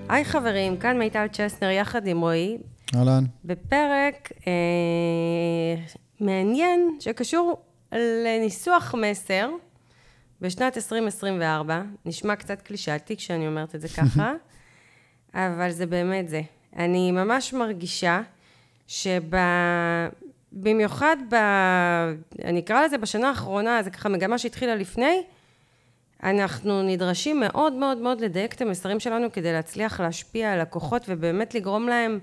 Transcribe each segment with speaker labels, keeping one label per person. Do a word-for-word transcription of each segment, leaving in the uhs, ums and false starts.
Speaker 1: היי חברים, כאן מיטל צ'סנר יחד עם רועי.
Speaker 2: אהלן.
Speaker 1: בפרק אה, מעניין שקשור לניסוח מסר בשנת עשרים עשרים וארבע. נשמע קצת קלישאתי כשאני אומרת את זה ככה, אבל זה באמת זה. אני ממש מרגישה שבמיוחד, ב... אני אקרא לזה בשנה האחרונה, זה ככה מגמה שהתחילה לפני, אנחנו נדרשים מאוד מאוד מאוד לדייק את המסרים שלנו כדי להצליח להשפיע על לקוחות ובאמת לגרום להם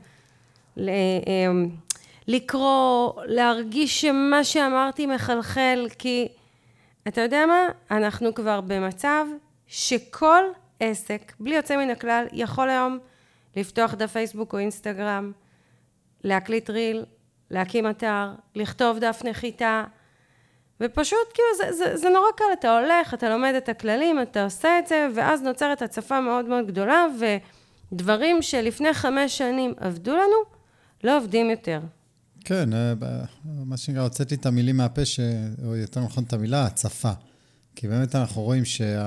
Speaker 1: לקרוא, להרגיש שמה שאמרתי מחלחל, כי אתה יודע מה? אנחנו כבר במצב שכל עסק, בלי יוצא מן הכלל, יכול היום לפתוח דף פייסבוק או אינסטגרם, להקליט ריל, להקים אתר, לכתוב דף נחיתה, ופשוט כאילו זה, זה, זה נורא קל, אתה הולך, אתה לומד את הכללים, אתה עושה את זה, ואז נוצרת הצפה מאוד מאוד גדולה, ודברים שלפני חמש שנים עבדו לנו, לא עובדים יותר.
Speaker 2: כן, מה שנקרא, הוצאתי את המילים מהפה, ש... או יותר נכון את המילה, הצפה. כי באמת אנחנו רואים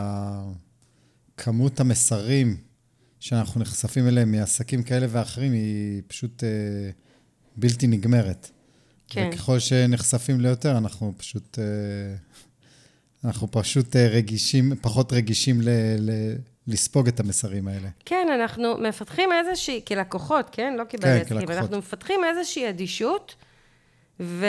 Speaker 2: שהכמות המסרים שאנחנו נחשפים אליהם מעסקים כאלה ואחרים, היא פשוט בלתי נגמרת. כן. וככל שנחשפים ליותר, אנחנו פשוט, אנחנו פשוט רגישים, פחות רגישים ל, ל, לספוג את המסרים האלה.
Speaker 1: כן, אנחנו מפתחים איזושהי, כלקוחות, כן? לא כבעלי עסקים, כן, אנחנו מפתחים איזושהי אדישות, ו...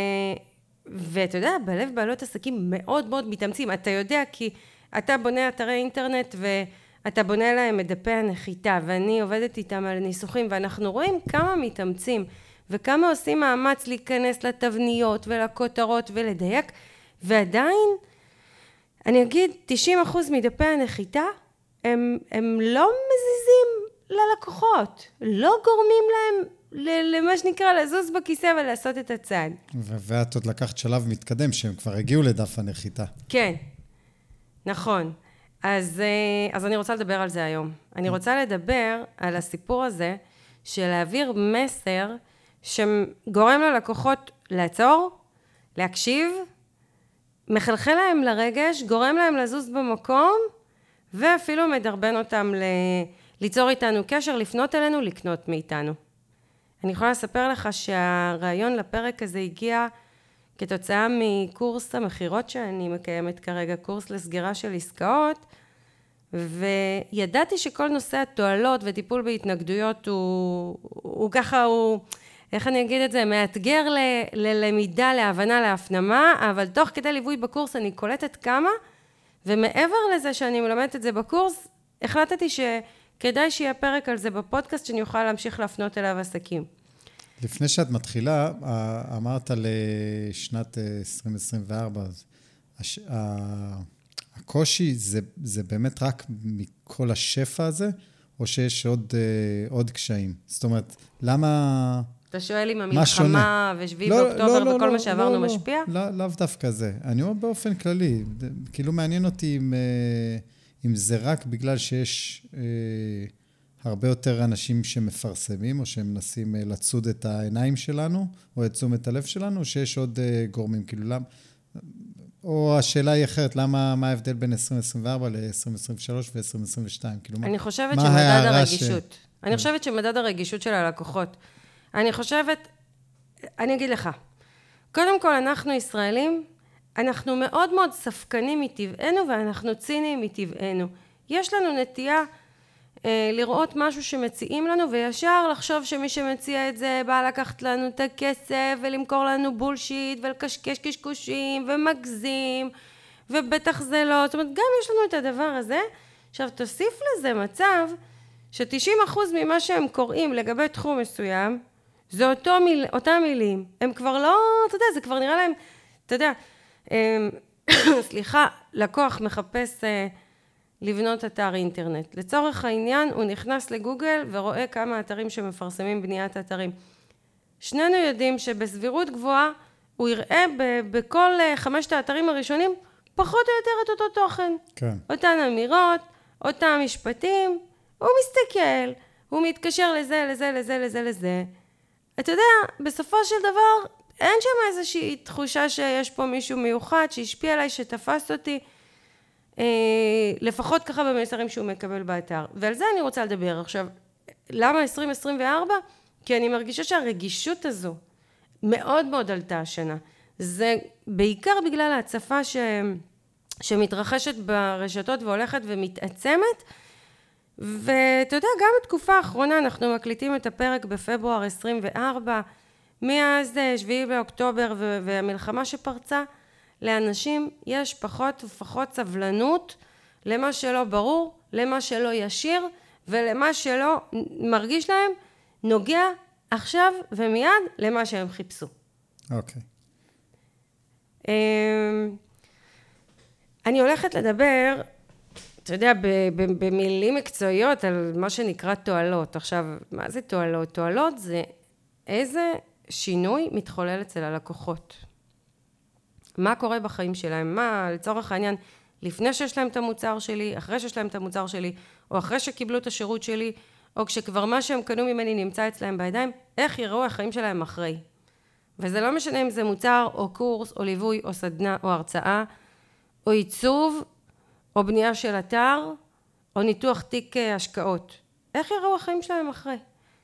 Speaker 1: ואתה יודע, בלב בעלות עסקים מאוד מאוד מתאמצים. אתה יודע, כי אתה בונה אתרי אינטרנט, ואתה בונה להם את דפי הנחיתה, ואני עובדת איתם על ניסוחים, ואנחנו רואים כמה מתאמצים, וכמה עושים מאמץ להיכנס לתבניות ולכותרות ולדייק, ועדיין, אני אגיד, תשעים אחוז מדפי הנחיתה, הם, הם לא מזיזים ללקוחות, לא גורמים להם למה שנקרא לזוז בכיסא ולעשות את הצעד.
Speaker 2: ואת עוד לקחת שלב מתקדם, שהם כבר הגיעו לדף הנחיתה.
Speaker 1: כן, נכון. אז, אז אני רוצה לדבר על זה היום. אני רוצה לדבר על הסיפור הזה, של להעביר מסר, שגורם ללקוחות לעצור, להקשיב, מחלחל להם לרגש, גורם להם לזוז במקום, ואפילו מדרבן אותם ל... ליצור איתנו קשר, לפנות אלינו, לקנות מאיתנו. אני יכולה לספר לך שהרעיון לפרק הזה הגיע כתוצאה מקורס המחירות שאני מקיימת כרגע, קורס לסגירה של עסקאות, וידעתי שכל נושא התועלות וטיפול בהתנגדויות הוא, הוא ככה, הוא, איך אני אגיד את זה, מאתגר ל, ללמידה, להבנה, להפנמה, אבל תוך כדי ליווי בקורס אני קולטת כמה, ומעבר לזה שאני מלמדת את זה בקורס, החלטתי שכדאי שיהיה פרק על זה בפודקאסט, שאני אוכל להמשיך להפנות אליו עסקים.
Speaker 2: לפני שאת מתחילה, אמרת לשנת עשרים עשרים וארבע, הש... הקושי זה, זה באמת רק מכל השפע הזה, או שיש עוד, עוד קשיים? זאת אומרת, למה...
Speaker 1: אתה שואל אם המלחמה ושביעי לא, באוקטובר לא, לא, וכל לא, מה שעברנו לא, משפיע?
Speaker 2: לא, לאו דווקא זה. אני אומר באופן כללי, כאילו מעניין אותי אם, אם זה רק בגלל שיש אה, הרבה יותר אנשים שמפרסמים, או שהם מנסים לצוד את העיניים שלנו, או את תשומת הלב שלנו, או שיש עוד אה, גורמים, כאילו למה... או השאלה היא אחרת, למה, מה ההבדל בין עשרים עשרים וארבע ל-עשרים עשרים ושלוש ו-עשרים עשרים ושתיים? כאילו,
Speaker 1: אני
Speaker 2: מה,
Speaker 1: חושבת
Speaker 2: מה
Speaker 1: שמדד הרגישות. ש... אני חושבת שמדד הרגישות של הלקוחות. אני חושבת, אני אגיד לך, קודם כל אנחנו ישראלים, אנחנו מאוד מאוד ספקנים מטבענו, ואנחנו ציניים מטבענו. יש לנו נטייה אה, לראות משהו שמציעים לנו, וישר לחשוב שמי שמציע את זה בא לקחת לנו את הכסף, ולמכור לנו בולשיט, ולקשקש קשקושים, ומגזים, ובטח זה לא. זאת אומרת, גם יש לנו את הדבר הזה. עכשיו, תוסיף לזה מצב, ש-תשעים אחוז ממה שהם קוראים לגבי תחום מסוים, זה אותו מיל, אותם מילים. הם כבר לא, אתה יודע, זה כבר נראה להם, אתה יודע, סליחה, לקוח מחפש לבנות אתר אינטרנט. לצורך העניין, הוא נכנס לגוגל ורואה כמה אתרים שמפרסמים בניית אתרים. שנינו יודעים שבסבירות גבוהה, הוא יראה ב- בכל חמשת האתרים הראשונים, פחות או יותר את אותו תוכן.
Speaker 2: כן.
Speaker 1: אותן אמירות, אותם משפטים, הוא מסתכל, הוא מתקשר לזה, לזה, לזה, לזה, לזה. אתה יודע, בסופו של דבר, אין שם איזושהי תחושה שיש פה מישהו מיוחד שהשפיע עליי, שתפס אותי. לפחות ככה במסרים שהוא מקבל באתר. ועל זה אני רוצה לדבר. עכשיו, למה עשרים עשרים וארבע? כי אני מרגישה שהרגישות הזו מאוד מאוד עלתה השנה. זה בעיקר בגלל ההצפה ש... שמתרחשת ברשתות והולכת ומתעצמת, ואתה יודע, גם בתקופה האחרונה אנחנו מקליטים את הפרק בפברואר עשרים וארבע, מאז שביעי באוקטובר והמלחמה שפרצה, לאנשים יש פחות ופחות סבלנות למה שלא ברור, למה שלא ישיר, ולמה שלא מרגיש להם נוגע עכשיו ומיד למה שהם חיפשו.
Speaker 2: אוקיי.
Speaker 1: אני הולכת לדבר, אתה יודע, במילים מקצועיות על מה שנקרא תועלות. עכשיו, מה זה תועלות? תועלות זה איזה שינוי מתחולל אצל הלקוחות. מה קורה בחיים שלהם? מה, לצורך העניין, לפני שיש להם את המוצר שלי, אחרי שיש להם את המוצר שלי, או אחרי שקיבלו את השירות שלי, או כשכבר מה שהם קנו ממני נמצא אצלהם בידיים, איך יראו החיים שלהם אחרי. וזה לא משנה אם זה מוצר, או קורס, או ליווי, או סדנה, או הרצאה, או עיצוב, או בנייה של אתר, או ניתוח תיק השקעות. איך יראו החיים שלהם אחרי?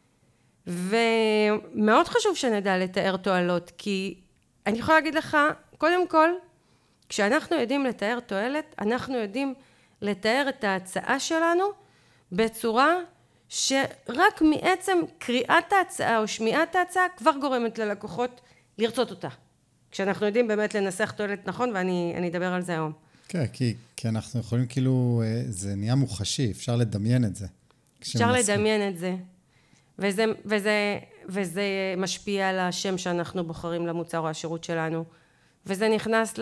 Speaker 1: ומאוד חשוב שנדע לתאר תועלות, כי אני יכולה להגיד לך, קודם כל, כשאנחנו יודעים לתאר תועלת, אנחנו יודעים לתאר את ההצעה שלנו בצורה שרק מעצם קריאת ההצעה או שמיעת ההצעה כבר גורמת ללקוחות לרצות אותה. כשאנחנו יודעים באמת לנסח תועלת נכון, ואני אני אדבר על זה היום.
Speaker 2: כן, כי, כי אנחנו יכולים כאילו, זה נהיה מוחשי, אפשר לדמיין את זה.
Speaker 1: אפשר לדמיין את זה. וזה, וזה, וזה משפיע על השם שאנחנו בוחרים למוצר או השירות שלנו. וזה נכנס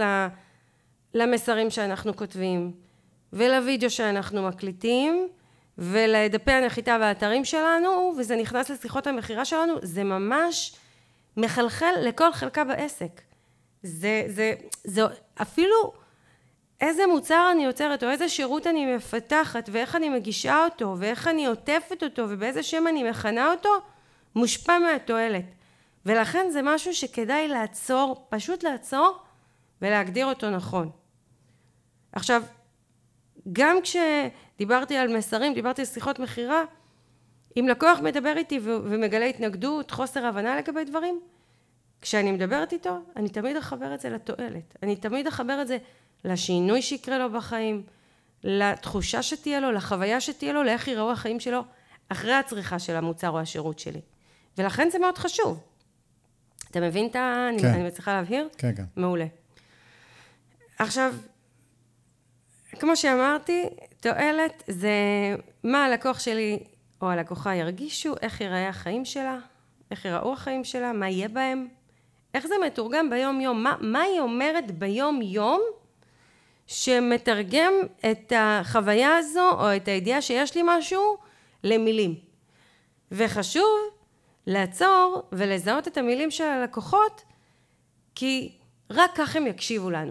Speaker 1: למסרים שאנחנו כותבים, ולוידאו שאנחנו מקליטים, ולדפי הנחיתה והאתרים שלנו, וזה נכנס לשיחות המחירה שלנו, זה ממש מחלחל לכל חלקה בעסק. זה, זה, זה אפילו איזה מוצר אני יוצרת, או איזה שירות אני מפתחת, ואיך אני מגישה אותו, ואיך אני עוטפת אותו, ובאיזה שם אני מכנה אותו, מושפע מהתועלת. ולכן זה משהו שכדאי לעצור, פשוט לעצור, ולהגדיר אותו נכון. עכשיו, גם כשדיברתי על מסרים, דיברתי על שיחות מחירה, אם לקוח מדבר איתי ומגלה התנגדות, חוסר הבנה לגבי דברים, כשאני מדברת איתו, אני תמיד אחבר את זה לתועלת. אני תמיד אחבר את זה לשינוי שיקרה לו בחיים, לתחושה שתהיה לו, לחוויה שתהיה לו, לאיך יראו החיים שלו אחרי הצריכה של המוצר או השירות שלי. ולכן זה מאוד חשוב. אתה מבין את ה... כן. אני מצליחה להבהיר?
Speaker 2: כן, כן.
Speaker 1: מעולה. עכשיו, כמו שאמרתי, תועלת זה מה הלקוח שלי או הלקוחה ירגישו, איך ייראה החיים שלה, איך ייראו החיים שלה, מה יהיה בהם, איך זה מתורגם ביום יום, מה, מה היא אומרת ביום יום שמתרגם את החוויה הזו או את הידיעה שיש לי משהו למילים. וחשוב לעצור ולזהות את המילים של הלקוחות, כי רק כך הם יקשיבו לנו.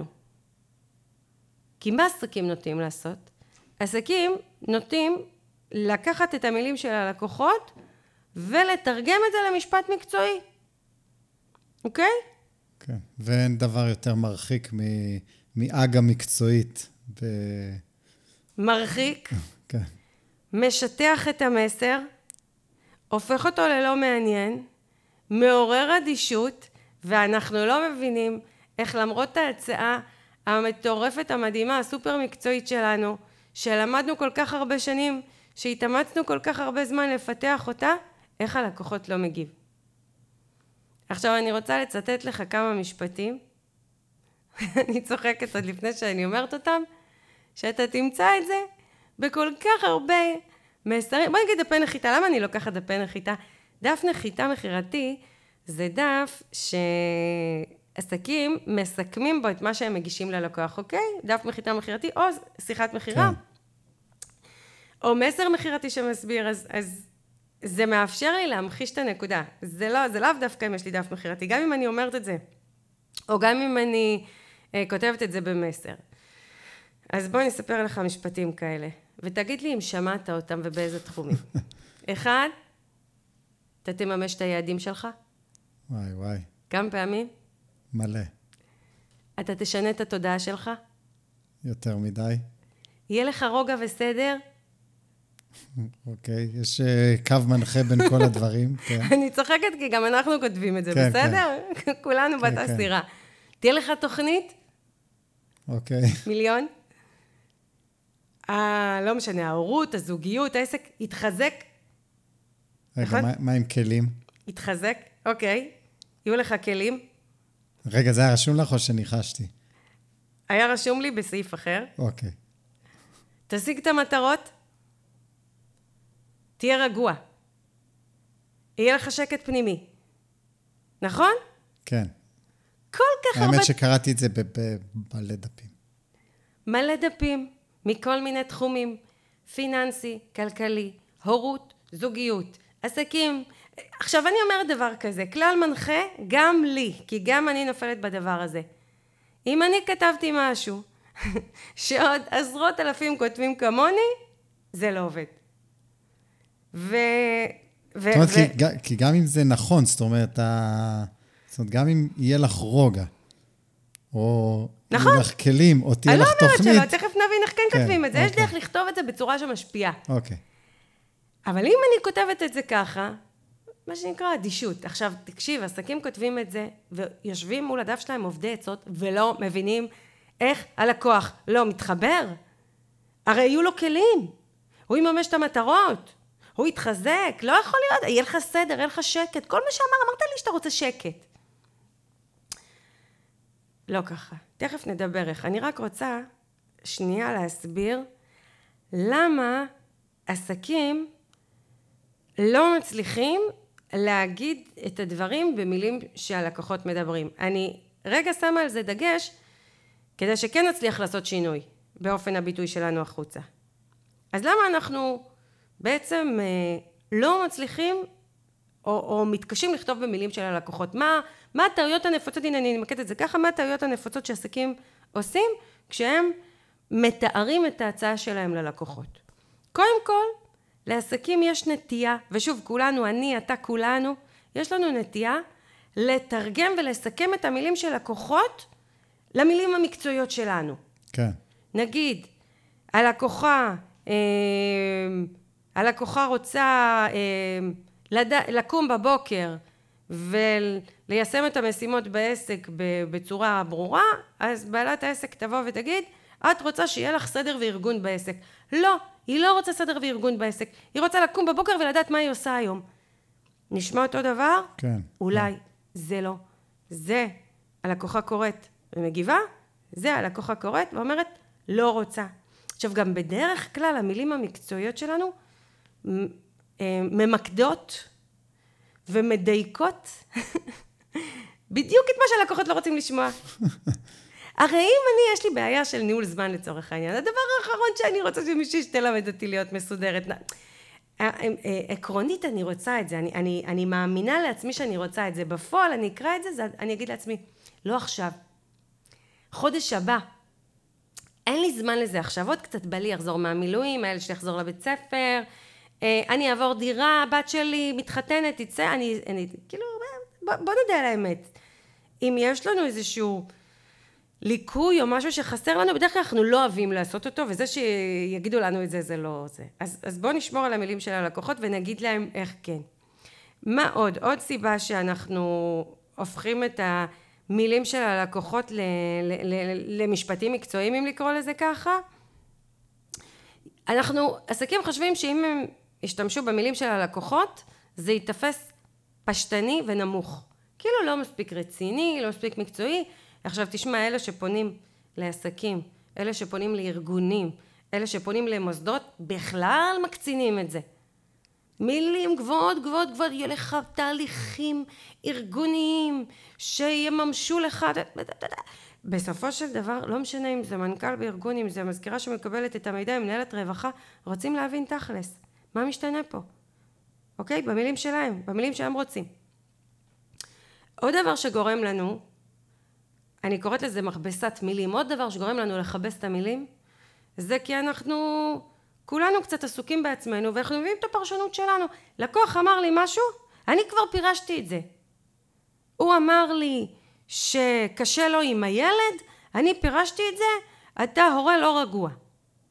Speaker 1: כי מה עסקים נוטים לעשות? עסקים נוטים לקחת את המילים של הלקוחות ולתרגם את זה למשפט מקצועי. אוקיי?
Speaker 2: כן, ואין דבר יותר מרחיק מאגה מקצועית. ב...
Speaker 1: מרחיק,
Speaker 2: כן.
Speaker 1: משטח את המסר, הופך אותו ללא מעניין, מעורר אדישות, ואנחנו לא מבינים איך למרות ההצעה המטורפת המדהימה, הסופר מקצועית שלנו, שלמדנו כל כך הרבה שנים, שהתאמצנו כל כך הרבה זמן לפתח אותה, איך הלקוחות לא מגיב. עכשיו אני רוצה לצטט לך כמה משפטים, אני צוחקת עוד לפני שאני אומרת אותם, שאתה תמצא את זה בכל כך הרבה מסרים. בוא נגיד דפי נחיתה, למה אני לוקחת דפי נחיתה? דף נחיתה מחירתי זה דף שעסקים מסכמים בו את מה שהם מגישים ללקוח, אוקיי? דף נחיתה מחירתי או שיחת מחירה, כן. או מסר מחירתי שמסביר, אז, אז זה מאפשר לי להמחיש את הנקודה. זה לא, זה לאו דווקא אם יש לי דף מחירתי, גם אם אני אומרת את זה, או גם אם אני אה, כותבת את זה במסר. אז בוא נספר לך משפטים כאלה, ותגיד לי אם שמעת אותם ובאיזה תחומים. אחד, אתה תממש את היעדים שלך?
Speaker 2: וואי וואי.
Speaker 1: כמה פעמים?
Speaker 2: מלא.
Speaker 1: אתה תשנה את התודעה שלך?
Speaker 2: יותר מדי.
Speaker 1: יהיה לך רוגע וסדר?
Speaker 2: אוקיי, יש קו מנחה בין כל הדברים.
Speaker 1: אני צוחקת כי גם אנחנו כותבים את זה, בסדר? כולנו באותה סירה. תהיה לך תוכנית?
Speaker 2: אוקיי.
Speaker 1: מיליון? לא משנה, ההורות, הזוגיות, העסק, יתחזק.
Speaker 2: רגע, מה עם כלים?
Speaker 1: יתחזק, אוקיי. יהיו לך כלים.
Speaker 2: רגע, זה היה רשום לך או שניחשתי?
Speaker 1: היה רשום לי בסעיף אחר.
Speaker 2: אוקיי.
Speaker 1: תשיג את המטרות. תהיה רגוע. יהיה לך שקט פנימי. נכון?
Speaker 2: כן.
Speaker 1: כל כך הרבה...
Speaker 2: האמת שקראתי את זה במלא דפים.
Speaker 1: מלא דפים, מכל מיני תחומים. פיננסי, כלכלי, הורות, זוגיות, עסקים. עכשיו אני אומרת דבר כזה, כלל מנחה גם לי, כי גם אני נופלת בדבר הזה. אם אני כתבתי משהו, שעוד עשרות אלפים כותבים כמוני, זה לא עובד. ו... ו...
Speaker 2: זאת אומרת,
Speaker 1: ו...
Speaker 2: כי, כי גם אם זה נכון, זאת אומרת, ה... זאת אומרת, גם אם יהיה לך רוגע, או
Speaker 1: נכון.
Speaker 2: יהיה לך כלים, או תהיה לך תוכנית...
Speaker 1: אני לא אומרת שלא, תכף נבין איך כן, כן כותבים את זה.
Speaker 2: אוקיי.
Speaker 1: יש דרך לכתוב את זה בצורה שמשפיעה.
Speaker 2: אוקיי.
Speaker 1: אבל אם אני כותבת את זה ככה, מה שנקרא אדישות. עכשיו, תקשיב, עסקים כותבים את זה, ויושבים מול הדף שלהם עובדי עצות, ולא מבינים איך הלקוח לא מתחבר. הרי יהיו לו כלים. הוא יממש את המטרות. הוא יתחזק. לא יכול להיות. יהיה לך סדר, יהיה לך שקט. כל מה שאמר, אמרת לי שאתה רוצה שקט. לא ככה. תכף נדבר איך. אני רק רוצה שנייה להסביר למה עסקים לא מצליחים להגיד את הדברים במילים שהלקוחות מדברים. אני רגע שמה על זה דגש, כדי שכן נצליח לעשות שינוי באופן הביטוי שלנו החוצה. אז למה אנחנו בעצם לא מצליחים או, או מתקשים לכתוב במילים של הלקוחות? מה, מה הטעויות הנפוצות, הנה אני נמקד את זה ככה, מה הטעויות הנפוצות שעסקים עושים כשהם מתארים את ההצעה שלהם ללקוחות? קודם כל, לעסקים יש נטייה, ושוב, כולנו, אני, אתה, כולנו, יש לנו נטייה לתרגם ולסכם את המילים של לקוחות למילים המקצועיות שלנו.
Speaker 2: כן.
Speaker 1: נגיד, הלקוחה, אה, הלקוחה רוצה אה, לד... לקום בבוקר וליישם את המשימות בעסק בצורה ברורה, אז בעלת העסק תבוא ותגיד, את רוצה שיהיה לך סדר וארגון בעסק. לא, היא לא רוצה סדר וארגון בעסק. היא רוצה לקום בבוקר ולדעת מה היא עושה היום. נשמע אותו דבר?
Speaker 2: כן.
Speaker 1: אולי.
Speaker 2: כן.
Speaker 1: זה לא. זה הלקוחה קוראת ומגיבה, זה הלקוחה קוראת ואומרת, לא רוצה. עכשיו, גם בדרך כלל המילים המקצועיות שלנו ממקדות ומדייקות בדיוק את מה שהלקוחות לא רוצים לשמוע. הרי אם אני, יש לי בעיה של ניהול זמן לצורך העניין, הדבר האחרון שאני רוצה שמישהו שתלמד אותי להיות מסודרת. עקרונית אני רוצה את זה, אני, אני, אני מאמינה לעצמי שאני רוצה את זה. בפועל אני אקרא את זה, אני אגיד לעצמי, לא עכשיו. חודש הבא, אין לי זמן לזה עכשיו, עוד קצת בא לי לחזור מהמילואים, האלה שיחזור לבית ספר, אני אעבור דירה, הבת שלי מתחתנת, תצא, אני, אני כאילו, בוא, בוא נדע על האמת. אם יש לנו איזשהו ליקוי או משהו שחסר לנו, בדרך כלל אנחנו לא אוהבים לעשות אותו, וזה שיגידו לנו את זה, זה לא זה. אז, אז בואו נשמור על המילים של הלקוחות ונגיד להם איך כן. מה עוד? עוד סיבה שאנחנו הופכים את המילים של הלקוחות ל, ל, ל, למשפטים מקצועיים, אם לקרוא לזה ככה. אנחנו, עסקים חושבים שאם הם ישתמשו במילים של הלקוחות, זה יתפס פשטני ונמוך. כאילו לא מספיק רציני, לא מספיק מקצועי. עכשיו תשמע, אלה שפונים לעסקים, אלה שפונים לארגונים, אלה שפונים למוסדות, בכלל מקצינים את זה. מילים גבוהות, גבוהות, גבוהות, יהיו לך תהליכים ארגוניים שיממשו לך. בסופו של דבר, לא משנה אם זה מנכ"ל בארגון, אם זה מזכירה שמקבלת את המידע, אם מנהלת רווחה, רוצים להבין תכלס. מה משתנה פה? אוקיי? במילים שלהם, במילים שהם רוצים. עוד דבר שגורם לנו, אני קוראת לזה מכבסת מילים, עוד דבר שגורם לנו לכבס את המילים, זה כי אנחנו כולנו קצת עסוקים בעצמנו, ואנחנו מביאים את הפרשנות שלנו. לקוח אמר לי משהו, אני כבר פירשתי את זה. הוא אמר לי שקשה לו עם הילד, אני פירשתי את זה, אתה הורה לא רגוע.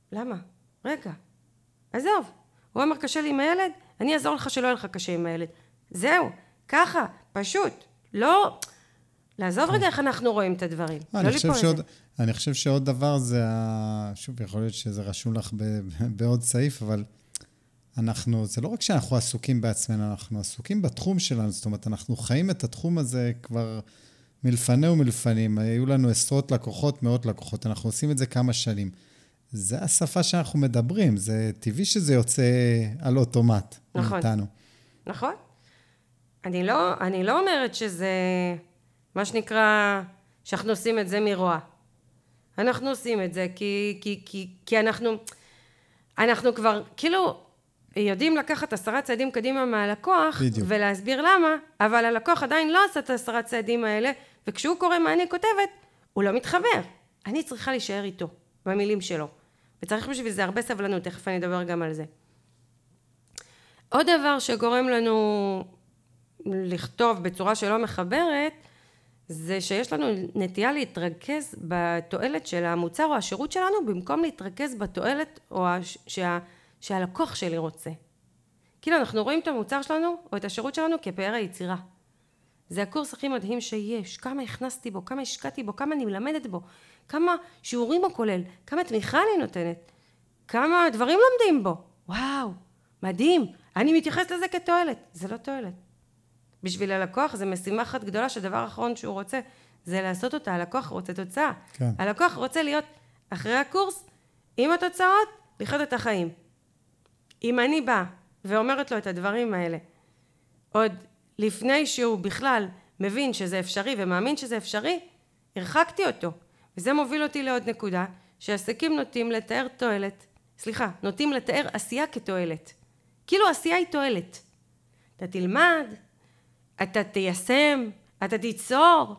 Speaker 1: למה? רגע, עזוב. הוא אמר קשה לי עם הילד, אני אעזור לך שלא יהיה לך קשה עם הילד. זהו, ככה, פשוט. לא, לעזוב רגע איך אנחנו רואים את הדברים.
Speaker 2: אני חושב שעוד, אני חושב שעוד דבר זה, שוב, יכול להיות שזה רשום לך בעוד סעיף, אבל אנחנו, זה לא רק שאנחנו עסוקים בעצמנו, אנחנו עסוקים בתחום שלנו, זאת אומרת, אנחנו חיים את התחום הזה כבר מלפני ומלפנים, היו לנו עשרות לקוחות, מאות לקוחות, אנחנו עושים את זה כמה שנים. זה השפה שאנחנו מדברים, זה טבעי שזה יוצא על אוטומט.
Speaker 1: נכון.
Speaker 2: מאיתנו.
Speaker 1: נכון. אני לא, אני לא אומרת שזה, מה שנקרא, שאנחנו עושים את זה מרוע. אנחנו עושים את זה כי, כי, כי, כי אנחנו, אנחנו כבר, כאילו, יודעים לקחת עשרה צעדים קדימה מהלקוח, בדיוק. ולהסביר למה, אבל הלקוח עדיין לא עשה את העשרה צעדים האלה, וכשהוא קורא מה אני כותבת, הוא לא מתחבר. אני צריכה להישאר איתו, במילים שלו. וצריך בשביל זה הרבה סבלנות, תכף אני אדבר גם על זה. עוד דבר שגורם לנו לכתוב בצורה שלא מחברת, זה שיש לנו נטייה להתרכז בתועלת של המוצר או השירות שלנו, במקום להתרכז בתועלת או הש... שה... שהלקוח שלי רוצה. כאילו אנחנו רואים את המוצר שלנו או את השירות שלנו כפאר היצירה. זה הקורס הכי מדהים שיש, כמה הכנסתי בו, כמה השקעתי בו, כמה אני מלמדת בו, כמה שיעורים הוא כולל, כמה תמיכה אני נותנת, כמה דברים לומדים בו. וואו, מדהים, אני מתייחס לזה כתועלת. זה לא תועלת. בשביל הלקוח זה משימה אחת גדולה שהדבר האחרון שהוא רוצה זה לעשות אותה. הלקוח רוצה תוצאה.
Speaker 2: כן.
Speaker 1: הלקוח רוצה להיות אחרי הקורס עם התוצאות, לחיות את החיים. אם אני באה ואומרת לו את הדברים האלה, עוד לפני שהוא בכלל מבין שזה אפשרי ומאמין שזה אפשרי, הרחקתי אותו. וזה מוביל אותי לעוד נקודה, שעסקים נוטים לתאר תועלת, סליחה, נוטים לתאר עשייה כתועלת. כאילו עשייה היא תועלת. אתה תלמד, אתה תיישם, אתה תיצור.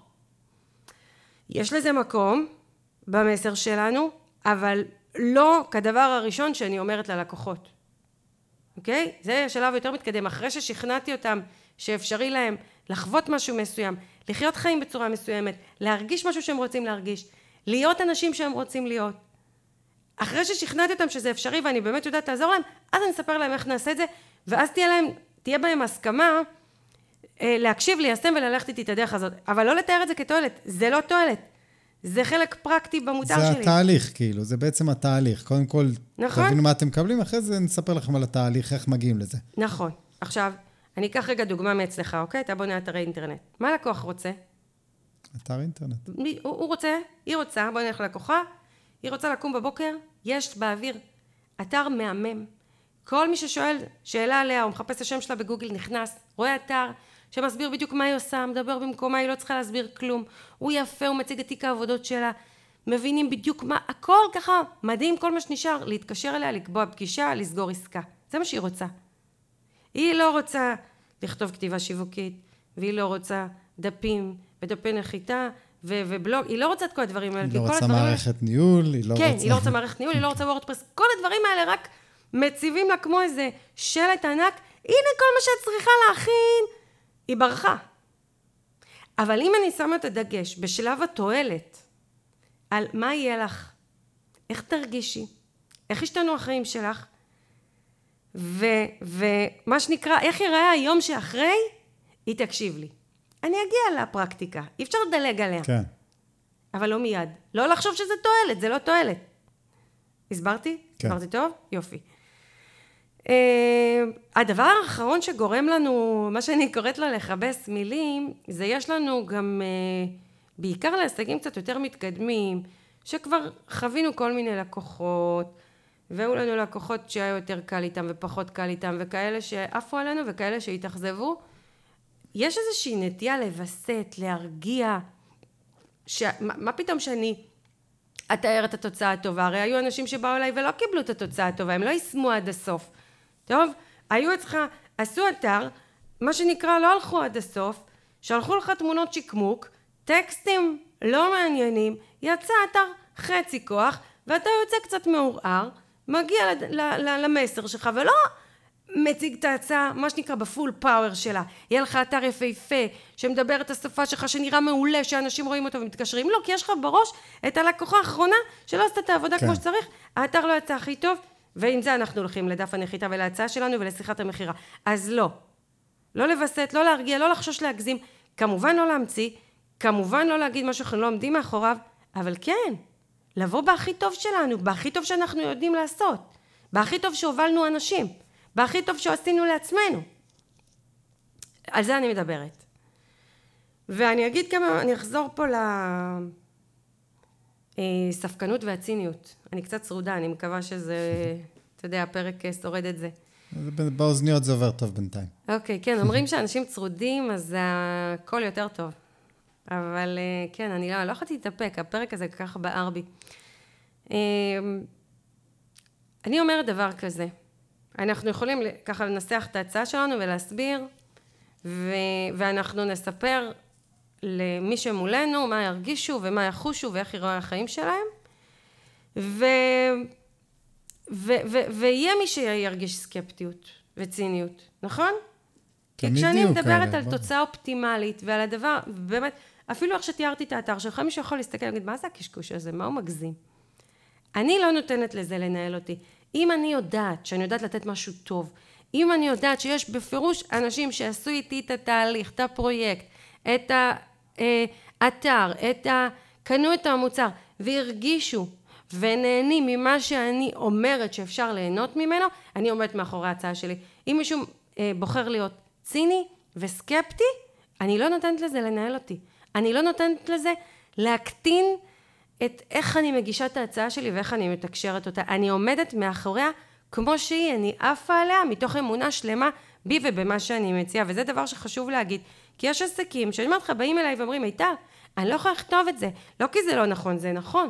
Speaker 1: יש לזה מקום במסר שלנו, אבל לא כדבר הראשון שאני אומרת ללקוחות. אוקיי? זה שלב יותר מתקדם. אחרי ששכנעתי אותם שאפשרי להם לחוות משהו מסוים, לחיות חיים בצורה מסוימת, להרגיש משהו שהם רוצים להרגיש, להיות אנשים שהם רוצים להיות. אחרי ששכנעתי אותם שזה אפשרי ואני באמת יודעת לעזור להם, אז אני אספר להם איך נעשה את זה, ואז תהיה להם, תהיה בהם הסכמה להקשיב, ליישם וללכת איתי את הדרך הזאת. אבל לא לתאר את זה כתועלת, זה לא תועלת. זה חלק פרקטי במוצר
Speaker 2: זה
Speaker 1: שלי.
Speaker 2: זה התהליך, כאילו, זה בעצם התהליך. קודם כל,
Speaker 1: נכון?
Speaker 2: תבינו מה אתם מקבלים, אחרי זה נספר לכם על התהליך, איך מגיעים לזה.
Speaker 1: נכון. עכשיו, אני אקח רגע דוגמה מאצלך, אוקיי? אתה בונה אתרי אינטרנט. מה לקוח רוצה?
Speaker 2: אתר אינטרנט.
Speaker 1: מי, הוא, הוא רוצה, היא רוצה, בוא נלך ללקוחה, היא רוצה לקום בבוקר, יש באוויר אתר מהמם. כל מי ששואל שאלה עליה, הוא מחפש את השם שלה בגוגל, נכנס, רואה אתר שמסביר בדיוק מה היא עושה, מדבר במקומה, היא לא צריכה להסביר כלום. הוא יפה, הוא מציג את תיק העבודות שלה, מבינים בדיוק מה, הכל ככה מדהים, כל מה שנשאר, להתקשר אליה, לקבוע פגישה, לסגור עסקה. זה מה שהיא רוצה. היא לא רוצה לכתוב כתיבה שיווקית, והיא לא רוצה דפים ודפי נחיתה ו- ובלוג, היא לא רוצה את כל הדברים האלה.
Speaker 2: היא לא רוצה מערכת ניהול, היא לא רוצה...
Speaker 1: כן, היא לא רוצה מערכת ניהול, היא לא רוצה וורדפרס, כל הדברים האלה רק מציבים לה כמו איזה שלט ענק, הנה כל מה שאת צריכה להכין, היא ברחה. אבל אם אני שמה את הדגש בשלב התועלת, על מה יהיה לך, איך תרגישי, איך ישתנו החיים שלך, ו- ומה שנקרא, איך ייראה היום שאחרי, היא תקשיב לי. אני אגיע לפרקטיקה, אי אפשר לדלג עליה.
Speaker 2: כן.
Speaker 1: אבל לא מיד. לא לחשוב שזה תועלת, זה לא תועלת. הסברתי?
Speaker 2: כן.
Speaker 1: הסברתי טוב? יופי. Uh, הדבר האחרון שגורם לנו, מה שאני קוראת לו לכבס מילים, זה יש לנו גם, uh, בעיקר להישגים קצת יותר מתקדמים, שכבר חווינו כל מיני לקוחות, והיו לנו לקוחות שהיה יותר קל איתם ופחות קל איתם, וכאלה שעפו עלינו וכאלה שהתאכזבו. יש איזושהי נטייה לבסט, להרגיע, ש... מה, מה פתאום שאני אתאר את התוצאה הטובה? הרי היו אנשים שבאו אליי ולא קיבלו את התוצאה הטובה, הם לא יישמו עד הסוף. טוב, היו אצלך, עשו אתר, מה שנקרא לא הלכו עד הסוף, שלחו לך תמונות שקמוק, טקסטים לא מעניינים, יצא אתר חצי כוח, ואתה יוצא קצת מעורער, מגיע ל- ל- ל- למסר שלך, ולא מציג את ההצעה, מה שנקרא בפול פאוור שלה. יהיה לך אתר יפהפה, שמדבר את השפה שלך, שנראה מעולה, שאנשים רואים אותו ומתקשרים. לא, כי יש לך בראש את הלקוחה האחרונה, שלא עשתה את העבודה כן. כמו שצריך, האתר לא יצא הכי טוב, ועם זה אנחנו הולכים לדף הנחיתה ולהצעה שלנו ולשיחת המחירה. אז לא. לא לבסט, לא להרגיע, לא לחשוש להגזים, כמובן לא להמציא, כמובן לא להגיד משהו שאנחנו לא עומדים מאחוריו, אבל כן, לבוא בהכי טוב שלנו, בהכי טוב שאנחנו יודעים לעשות, בהכי טוב שהובלנו אנשים, בהכי טוב שעשינו לעצמנו. על זה אני מדברת. ואני אגיד כמה, אני אחזור פה לספקנות והציניות. אני קצת צרודה, אני מקווה שזה, אתה יודע, הפרק שורד את זה.
Speaker 2: באוזניות זה עובר טוב בינתיים.
Speaker 1: אוקיי, כן, אומרים שאנשים צרודים, אז הכל יותר טוב. אבל כן, אני לא, לא יכולתי להתאפק, הפרק הזה ככה בער בי. אני אומרת דבר כזה, אנחנו יכולים ככה לנסח את ההצעה שלנו ולהסביר, ו- ואנחנו נספר למי שמולנו מה ירגישו ומה יחושו ואיך יראו החיים שלהם, ו- ו- ו- ויהיה מי שירגיש סקפטיות וציניות, נכון? כי כשאני מדברת על תוצאה אופטימלית ועל הדבר, באמת, אפילו איך שתיארתי את האתר שלך, מישהו יכול להסתכל ולהגיד, מה זה הקשקוש הזה? מה הוא מגזים? אני לא נותנת לזה לנהל אותי. אם אני יודעת שאני יודעת לתת משהו טוב, אם אני יודעת שיש בפירוש אנשים שעשו איתי את התהליך, את הפרויקט, את האתר, את ה... קנו את המוצר והרגישו ונהנים ממה שאני אומרת שאפשר ליהנות ממנו, אני עומדת מאחורי ההצעה שלי. אם מישהו בוחר להיות ציני וסקפטי, אני לא נותנת לזה לנהל אותי. אני לא נותנת לזה להקטין את איך אני מגישה את ההצעה שלי ואיך אני מתקשרת אותה. אני עומדת מאחוריה כמו שהיא, אני עפה עליה מתוך אמונה שלמה בי ובמה שאני מציעה, וזה דבר שחשוב להגיד. כי יש עסקים שאני אומרת לך, באים אליי ואומרים, מיטל, אני לא יכולה לכתוב את זה. לא כי זה לא נכון, זה נכון.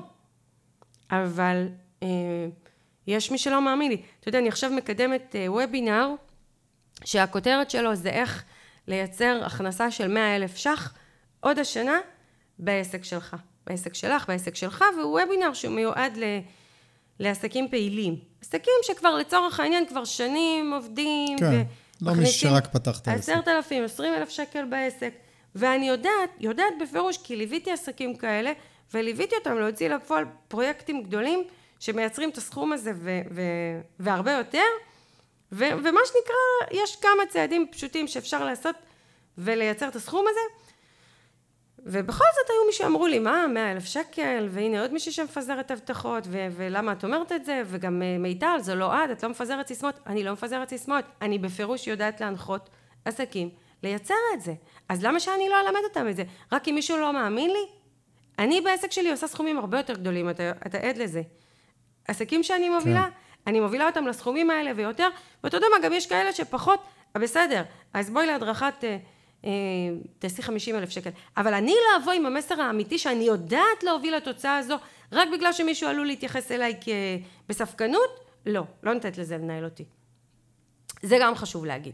Speaker 1: אבל אה, יש מי שלא מאמין לי. אתה יודע, אני עכשיו מקדמת אה, וובינר, שהכותרת שלו זה איך לייצר הכנסה של מאה אלף שח עוד השנה בעסק שלך. בעסק שלך, בעסק שלך, והוא וובינר שהוא מיועד ל, לעסקים פעילים. עסקים שכבר לצורך העניין כבר שנים עובדים.
Speaker 2: כן, לא מי שרק פתח את העסק.
Speaker 1: עשרת אלפים, עשרים אלף שקל בעסק. ואני יודעת, יודעת בפירוש, כי ליוויתי עסקים כאלה, וליוויתי אותם להוציא לפועל פרויקטים גדולים, שמייצרים את הסכום הזה ו- ו- והרבה יותר, ו- ומה שנקרא, יש כמה צעדים פשוטים שאפשר לעשות ולייצר את הסכום הזה, ובכל זאת היו מי שאמרו לי, מה, מאה אלף שקל, והנה עוד מישהו שמפזרת הבטחות, ו- ולמה את אומרת את זה, וגם מיטל, זה לא עד, את לא מפזרת סיסמות, אני לא מפזרת סיסמות, אני בפירוש יודעת להנחות עסקים, לייצר את זה. אז למה שאני לא אלמד אותם את זה? רק אם מישהו לא מאמין לי? אני בעסק שלי עושה סכומים הרבה יותר גדולים, אתה, אתה עד לזה. עסקים שאני מובילה, כן. אני מובילה אותם לסכומים האלה ויותר, ואתה יודע מה, גם יש כאלה שפחות, בסדר, אז בואי להדרכת, אה, אה, תעשי חמישים אלף שקל. אבל אני לא אבוא עם המסר האמיתי שאני יודעת להוביל לתוצאה הזו, רק בגלל שמישהו עלול להתייחס אליי בספקנות, לא, לא נתת לזה לנהל אותי. זה גם חשוב להגיד.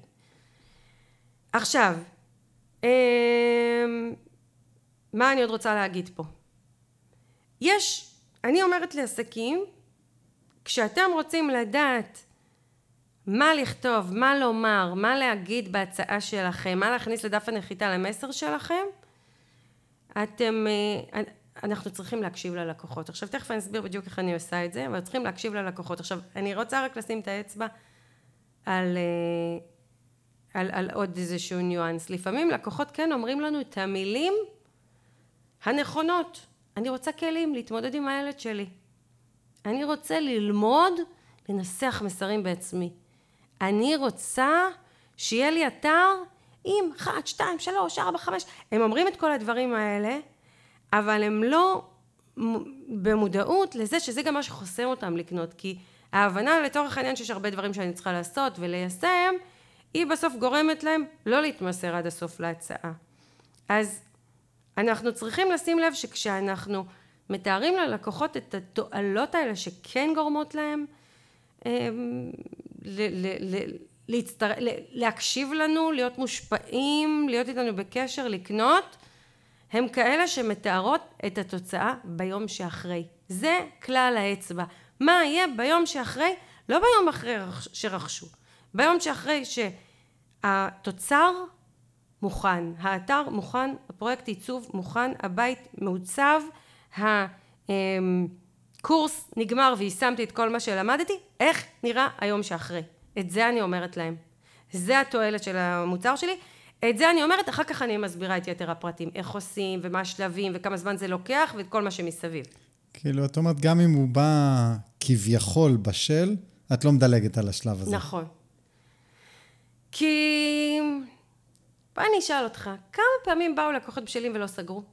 Speaker 1: עכשיו, אה, מה אני עוד רוצה להגיד פה? יש, אני אומרת לעסקים, כשאתם רוצים לדעת מה לכתוב, מה לומר, מה להגיד בהצעה שלכם, מה להכניס לדף הנחיתה למסר שלכם, אתם, אנחנו צריכים להקשיב ללקוחות. עכשיו, תכף אני אסביר בדיוק איך אני עושה את זה, אבל צריכים להקשיב ללקוחות. עכשיו, אני רוצה רק לשים את האצבע על, על, על עוד איזשהו ניואנס. לפעמים לקוחות כן אומרים לנו את המילים הנכונות. אני רוצה כלים להתמודד עם הילד שלי. אני רוצה ללמוד, לנסח מסרים בעצמי. אני רוצה שיהיה לי אתר עם אחת, שתיים, שלוש, ארבע, חמש. הם אומרים את כל הדברים האלה, אבל הם לא במודעות לזה שזה גם מה שחוסם אותם לקנות. כי ההבנה לתורך העניין שיש הרבה דברים שאני צריכה לעשות וליישם, היא בסוף גורמת להם לא להתמסר עד הסוף להצעה. אז אנחנו צריכים לשים לב שכשאנחנו מתארים ללקוחות את התועלות האלה שכן גורמות להם להצטר... להקשיב לנו, להיות מושפעים, להיות איתנו בקשר, לקנות, הם כאלה שמתארות את התוצאה ביום שאחרי. זה כלל האצבע. מה יהיה ביום שאחרי? לא ביום אחרי שרכשו, ביום שאחרי שהתוצר מוכן, האתר מוכן, הפרויקט עיצוב מוכן, הבית מעוצב, הקורס נגמר ויישמתי את כל מה שלמדתי, איך נראה היום שאחרי? את זה אני אומרת להם. זה התועלת של המוצר שלי. את זה אני אומרת, אחר כך אני מסבירה את יתר הפרטים, איך עושים ומה השלבים וכמה זמן זה לוקח ואת כל מה שמסביב.
Speaker 2: כאילו, את אומרת, גם אם הוא בא כביכול בשל, את לא מדלגת על השלב הזה.
Speaker 1: נכון. כי... בוא אני אשאל אותך, כמה פעמים באו לקוחות בשלים ולא סגרו?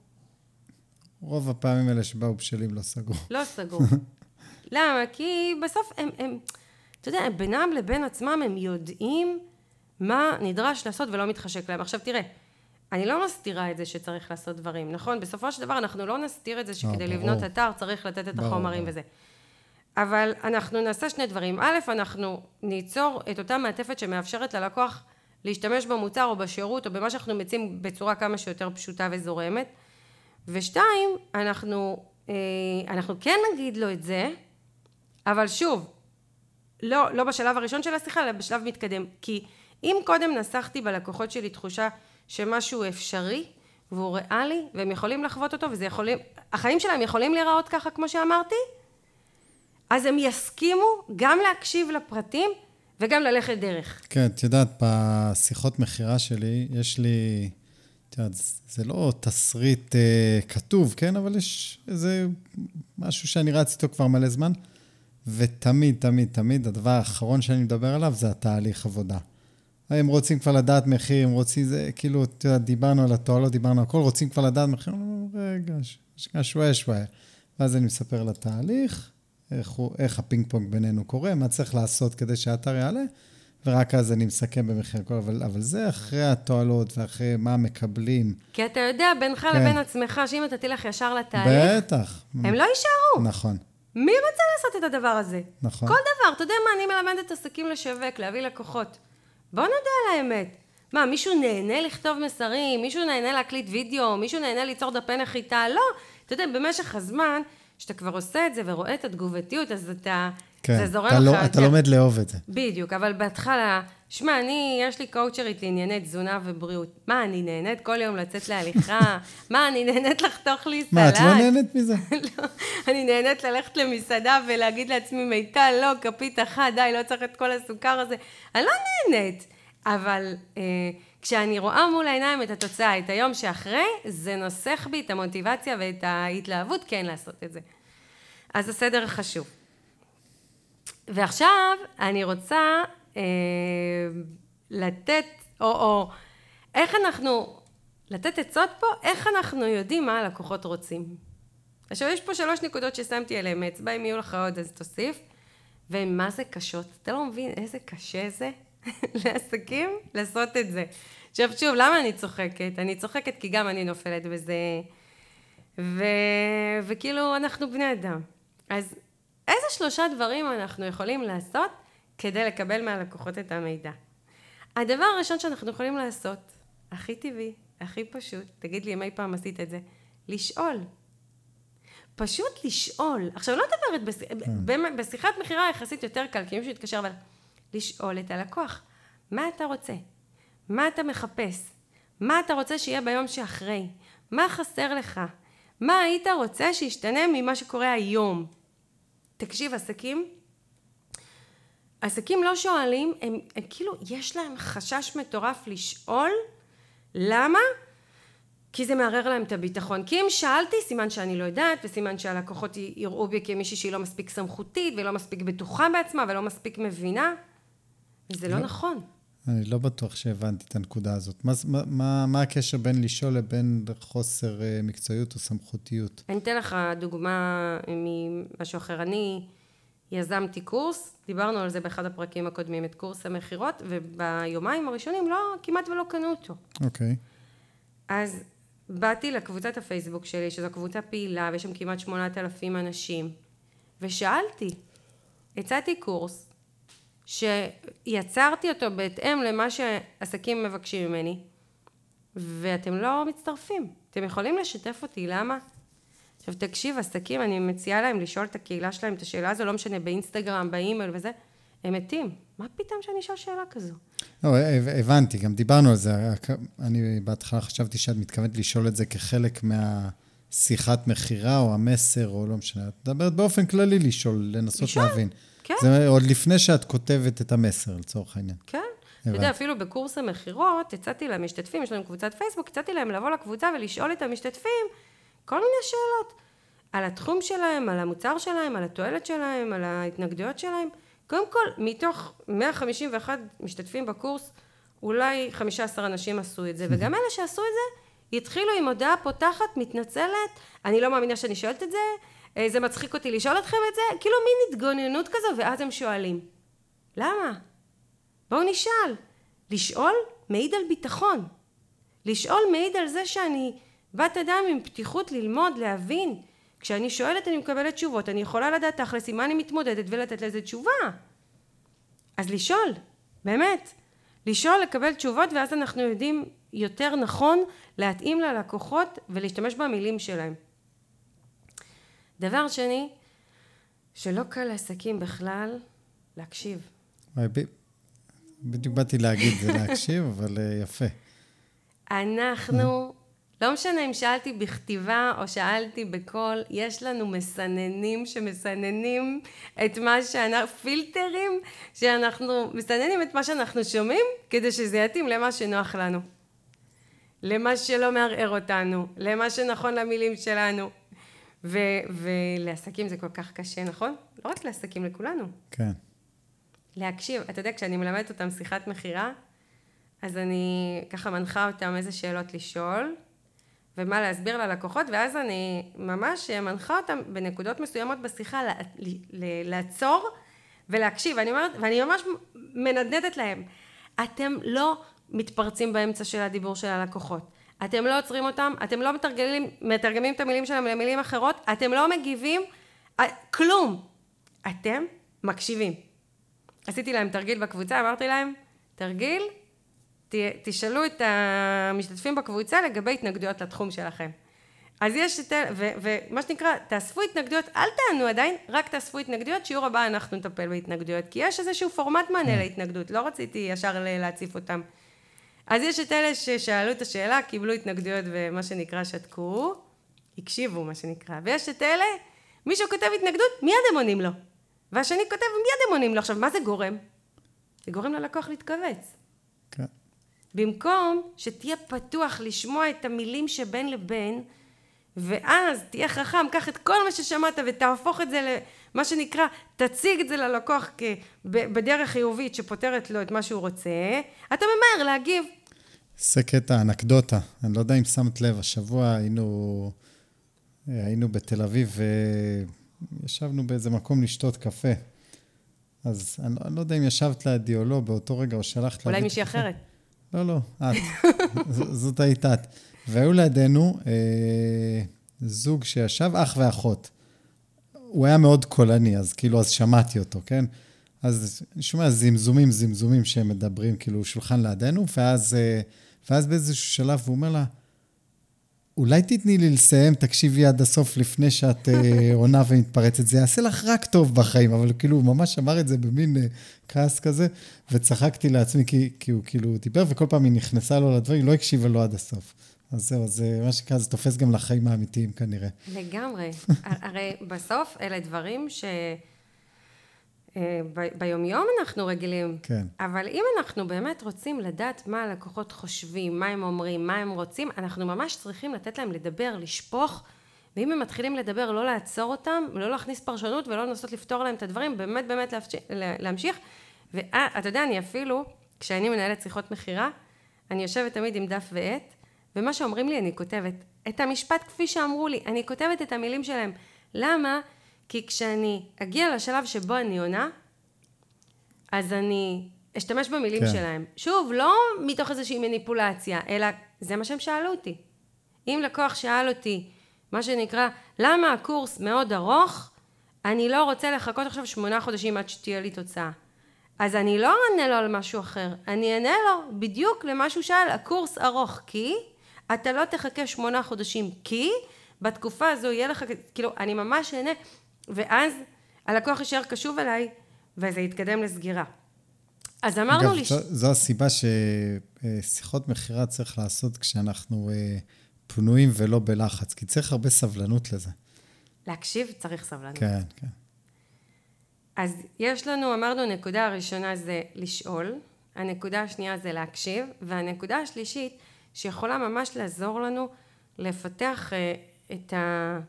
Speaker 2: רוב הפעמים האלה שבאו בשלים לא סגרו.
Speaker 1: לא סגרו. למה? כי בסוף הם, הם, אתה יודע, בינם לבין עצמם הם יודעים מה נדרש לעשות ולא מתחשק להם. עכשיו תראה, אני לא מסתירה את זה שצריך לעשות דברים, נכון? בסופו של דבר אנחנו לא נסתיר את זה שכדי
Speaker 2: לא,
Speaker 1: לבנות
Speaker 2: ברור.
Speaker 1: אתר צריך לתת את
Speaker 2: ברור,
Speaker 1: החומרים
Speaker 2: ברור.
Speaker 1: וזה. אבל אנחנו נעשה שני דברים. א', אנחנו ניצור את אותה מעטפת שמאפשרת ללקוח להשתמש במוצר או בשירות או במה שאנחנו מציעים בצורה כמה שיותר פשוטה וזורמת. ושתיים, אנחנו, אה, אנחנו כן נגיד לו את זה, אבל שוב, לא, לא בשלב הראשון של השיחה, אלא בשלב מתקדם. כי אם קודם נסחתי בלקוחות שלי תחושה שמשהו אפשרי, והוא ריאלי, והם יכולים לחוות אותו, וזה יכולים, החיים שלהם יכולים להיראות ככה, כמו שאמרתי, אז הם יסכימו גם להקשיב לפרטים, וגם ללכת דרך.
Speaker 2: כן, את יודעת, בשיחות מחירה שלי, יש לי, את יודעת, זה לא תסריט אה, כתוב, כן? אבל יש איזה משהו שאני רץ איתו כבר מלא זמן, ותמיד, תמיד, תמיד, הדבר האחרון שאני מדבר עליו, זה התהליך עבודה. הם רוצים כבר לדעת מחיר, הם רוצים, זה כאילו, את יודעת, דיברנו על התועלות, דיברנו על הכל, רוצים כבר לדעת מחיר, רגע, שוואי, שוואי. ואז אני מספר על התהליך, איך, הוא, איך הפינג פונג בינינו קורה, מה צריך לעשות כדי שהאתר יעלה, ורק אז אני מסכם במחיר הכל, אבל, אבל זה אחרי התועלות ואחרי מה מקבלים.
Speaker 1: כי אתה יודע בינך
Speaker 2: כן.
Speaker 1: לבין עצמך, שאם אתה תלך ישר לתהליך,
Speaker 2: בטח.
Speaker 1: הם לא יישארו.
Speaker 2: נכון.
Speaker 1: מי רוצה לעשות את הדבר הזה?
Speaker 2: נכון.
Speaker 1: כל דבר, אתה יודע מה, אני מלמדת עסקים לשווק, להביא לקוחות. בוא נדע על האמת. מה, מישהו נהנה לכתוב מסרים, מישהו נהנה להקליט וידאו, מישהו נהנה ליצור דפי נחיתה? לא. אתה יודע, במשך הזמן, שאתה כבר עושה את זה ורואה את התגובתיות, אז אתה,
Speaker 2: כן,
Speaker 1: זה זורם
Speaker 2: אתה,
Speaker 1: לך.
Speaker 2: לא, אתה לומד לאהוב את זה.
Speaker 1: בדיוק, אבל בהתחלה, שמע, אני, יש לי קואוצ'רית לענייני תזונה ובריאות. מה, אני נהנית כל יום לצאת להליכה? מה, אני נהנית לחתוך לי סלט?
Speaker 2: מה, את לא נהנית מזה?
Speaker 1: לא, אני נהנית ללכת למסעדה ולהגיד לעצמי, מיטל, לא, כפית אחת, די, לא צריך את כל הסוכר הזה. אני לא נהנית, אבל אה, כשאני רואה מול העיניים את התוצאה, את היום שאחרי, זה נוסח בי את המוטיבציה ואת ההתלהבות כן לעשות את זה. אז הסדר חשוב. ועכשיו אני רוצה אה, לתת, או, או איך אנחנו, לתת עצות פה, איך אנחנו יודעים מה הלקוחות רוצים. עכשיו יש פה שלוש נקודות ששמתי עליהם אצבע, אם יהיו לך עוד אז תוסיף, והן מה זה קשות, אתה לא מבין איזה קשה זה לעסקים לעשות את זה. עכשיו שוב, למה אני צוחקת? אני צוחקת כי גם אני נופלת בזה, ו... וכאילו אנחנו בני אדם. אז איזה שלושה דברים אנחנו יכולים לעשות כדי לקבל מהלקוחות את המידע? הדבר הראשון שאנחנו יכולים לעשות, הכי טבעי, הכי פשוט, תגיד לי אם אי פעם עשית את זה, לשאול. פשוט לשאול. עכשיו לא מדברת, בש... בשיחת מחירה יחסית יותר קל, כי מישהו יתקשר, אבל לשאול את הלקוח, מה אתה רוצה? מה אתה מחפש? מה אתה רוצה שיהיה ביום שאחרי? מה חסר לך? מה היית רוצה שישתנה ממה שקורה היום? תקשיב, עסקים, עסקים לא שואלים, הם, הם כאילו, יש להם חשש מטורף לשאול, למה? כי זה מערער להם את הביטחון. כי אם שאלתי, סימן שאני לא יודעת, וסימן שהלקוחות יראו בי כמישהי שהיא לא מספיק סמכותית, ולא מספיק בטוחה בעצמה, ולא מספיק מבינה. זה לא, לא נכון.
Speaker 2: אני לא בטוח שהבנתי את הנקודה הזאת. מה, מה, מה הקשר בין לשאול לבין חוסר מקצועיות או סמכותיות?
Speaker 1: אני אתן לך דוגמה ממשהו אחר. אני יזמתי קורס, דיברנו על זה באחד הפרקים הקודמים, את קורס המחירות, וביומיים הראשונים לא, כמעט ולא קנו אותו.
Speaker 2: אוקיי.
Speaker 1: אז באתי לקבוצת הפייסבוק שלי, שזו קבוצה פעילה, ויש שם כמעט שמונת אלפים אנשים, ושאלתי, הצעתי קורס, שיצרתי אותו בהתאם למה שעסקים מבקשים ממני, ואתם לא מצטרפים. אתם יכולים לשתף אותי, למה? עכשיו תקשיב, עסקים, אני מציעה להם לשאול את הקהילה שלהם את השאלה הזו, לא משנה, באינסטגרם, באימייל וזה, הם מתים. מה פתאום שאני אשאל שאלה כזו?
Speaker 2: לא, הבנתי, גם דיברנו על זה. אני בהתחלה חשבתי שאת מתכוונת לשאול את זה כחלק מהשיחת מחירה, או המסר, או לא משנה. את מדברת באופן כללי לשאול, לנסות לשאול? להבין.
Speaker 1: כן.
Speaker 2: זה עוד לפני שאת כותבת את המסר, לצורך העניין.
Speaker 1: כן. אתה יודע, אפילו בקורס המחירות, הצעתי למשתתפים, יש לנו קבוצת פייסבוק, הצעתי להם לבוא לקבוצה ולשאול את המשתתפים כל מיני שאלות. על התחום שלהם, על המוצר שלהם, על התועלת שלהם, על ההתנגדויות שלהם. קודם כל, מתוך מאה חמישים ואחת משתתפים בקורס, אולי חמישה עשר אנשים עשו את זה, וגם אלה שעשו את זה, התחילו עם הודעה פותחת, מתנצלת, אני לא מאמינה שאני שואלת את זה, זה מצחיק אותי לשאול אתכם את זה, כאילו מין התגוננות כזו, ואז הם שואלים. למה? בואו נשאל. לשאול מעיד על ביטחון. לשאול מעיד על זה שאני בת אדם עם פתיחות ללמוד, להבין. כשאני שואלת אני מקבלת תשובות, אני יכולה לדעת תכלס עם מה אני מתמודדת ולתת לזה תשובה. אז לשאול, באמת. לשאול, לקבל תשובות, ואז אנחנו יודעים יותר נכון להתאים ללקוחות ולהשתמש במילים שלהם. דבר שני, שלא קל לעסקים בכלל, להקשיב.
Speaker 2: בדיוק באתי להגיד זה להקשיב, אבל יפה.
Speaker 1: אנחנו, לא משנה אם שאלתי בכתיבה או שאלתי בקול, יש לנו מסננים שמסננים את מה שאנחנו, פילטרים שאנחנו מסננים את מה שאנחנו שומעים, כדי שזה יתאים למה שנוח לנו. למה שלא מערער אותנו, למה שנכון למילים שלנו. ו- ולעסקים זה כל כך קשה, נכון? לא רק לעסקים, לכולנו.
Speaker 2: כן.
Speaker 1: להקשיב, אתה יודע, כשאני מלמדת אותם שיחת מחירה, אז אני ככה מנחה אותם איזה שאלות לשאול, ומה להסביר ללקוחות, ואז אני ממש מנחה אותם בנקודות מסוימות בשיחה לעצור ולהקשיב. ואני אומרת, ואני ממש מנדנדת להם, אתם לא מתפרצים באמצע של הדיבור של הלקוחות. אתם לא עוצרים אותם, אתם לא מתרגמים, מתרגמים את המילים שלהם למילים אחרות, אתם לא מגיבים, כלום. אתם מקשיבים. עשיתי להם תרגיל בקבוצה, אמרתי להם, תרגיל, ת, תשאלו את המשתתפים בקבוצה לגבי התנגדויות לתחום שלכם. אז יש, את, ו, ומה שנקרא, תאספו התנגדויות, אל תענו עדיין, רק תאספו התנגדויות, שיעור הבא אנחנו נטפל בהתנגדויות, כי יש איזשהו פורמט מענה להתנגדות, לא רציתי ישר להציף אותם. אז יש את אלה ששאלו את השאלה, קיבלו התנגדויות ומה שנקרא שתקו, הקשיבו מה שנקרא, ויש את אלה, מישהו כותב התנגדות, מיד הם עונים לו. והשני כותב, מיד הם עונים לו. עכשיו, מה זה גורם? זה גורם ללקוח להתכווץ.
Speaker 2: כן.
Speaker 1: במקום שתהיה פתוח לשמוע את המילים שבין לבין, ואז תהיה חכם, קח את כל מה ששמעת ותהפוך את זה למה שנקרא, תציג את זה ללקוח בדרך חיובית שפותרת לו את מה שהוא רוצה, אתה ממהר להגיב.
Speaker 2: זה קטע, אנקדוטה. אני לא יודע אם שמת לב, השבוע היינו, היינו בתל אביב וישבנו באיזה מקום לשתות קפה. אז אני, אני לא יודע אם ישבת לידי או לא, באותו רגע או שלחת
Speaker 1: אולי מישהי אחרת.
Speaker 2: לא, לא, את. זאת היית את. והיו לידינו אה, זוג שישב, אח ואחות. הוא היה מאוד קולני, אז כאילו, אז שמעתי אותו, כן? אז אני שומע זמזומים, זמזומים שהם מדברים, כאילו, שולחן לידינו, ואז, אה, ואז באיזשהו שלב הוא אומר לה, אולי תתני לי לסיים, תקשיבי עד הסוף לפני שאת אה, עונה ומתפרצת. זה יעשה לך רק טוב בחיים, אבל כאילו, הוא ממש אמר את זה במין אה, כעס כזה, וצחקתי לעצמי, כי, כי הוא כאילו דיבר, וכל פעם היא נכנסה לו לדברים, היא לא הקשיבה לו עד הסוף. אז זהו, זה מה שקרה, זה תופס גם לחיים האמיתיים כנראה.
Speaker 1: לגמרי. הרי בסוף אלה דברים ש... ביומיום אנחנו רגילים.
Speaker 2: כן.
Speaker 1: אבל אם אנחנו באמת רוצים לדעת מה הלקוחות חושבים, מה הם אומרים, מה הם רוצים, אנחנו ממש צריכים לתת להם לדבר, לשפוך, ואם הם מתחילים לדבר, לא לעצור אותם, לא להכניס פרשנות ולא לנסות לפתור להם את הדברים, באמת באמת להמשיך. ואתה יודע, אני אפילו, כשאני מנהלת שיחות מחירה, אני יושבת תמיד עם דף ועט, ומה שאומרים לי אני כותבת. את המשפט כפי שאמרו לי, אני כותבת את המילים שלהם. למה? כי כשאני אגיע לשלב שבו אני עונה, אז אני אשתמש במילים כן. שלהם. שוב, לא מתוך איזושהי מניפולציה, אלא זה מה שהם שאלו אותי. אם לקוח שאל אותי, מה שנקרא, למה הקורס מאוד ארוך, אני לא רוצה לחכות עכשיו שמונה חודשים עד שתהיה לי תוצאה. אז אני לא אענה לו על משהו אחר, אני אענה לו בדיוק למשהו שאל, הקורס ארוך כי, אתה לא תחכה שמונה חודשים כי, בתקופה הזו יהיה לך, כאילו, אני ממש אענה, ואז הלקוח יישאר קשוב אליי, וזה יתקדם לסגירה. אז אמרנו
Speaker 2: אגב,
Speaker 1: לי...
Speaker 2: זו, זו הסיבה ששיחות מחירה צריך לעשות כשאנחנו פנויים ולא בלחץ, כי צריך הרבה סבלנות לזה.
Speaker 1: להקשיב צריך סבלנות.
Speaker 2: כן, כן.
Speaker 1: אז יש לנו, אמרנו, הנקודה הראשונה זה לשאול, הנקודה השנייה זה להקשיב, והנקודה השלישית שיכולה ממש לעזור לנו לפתח את ה...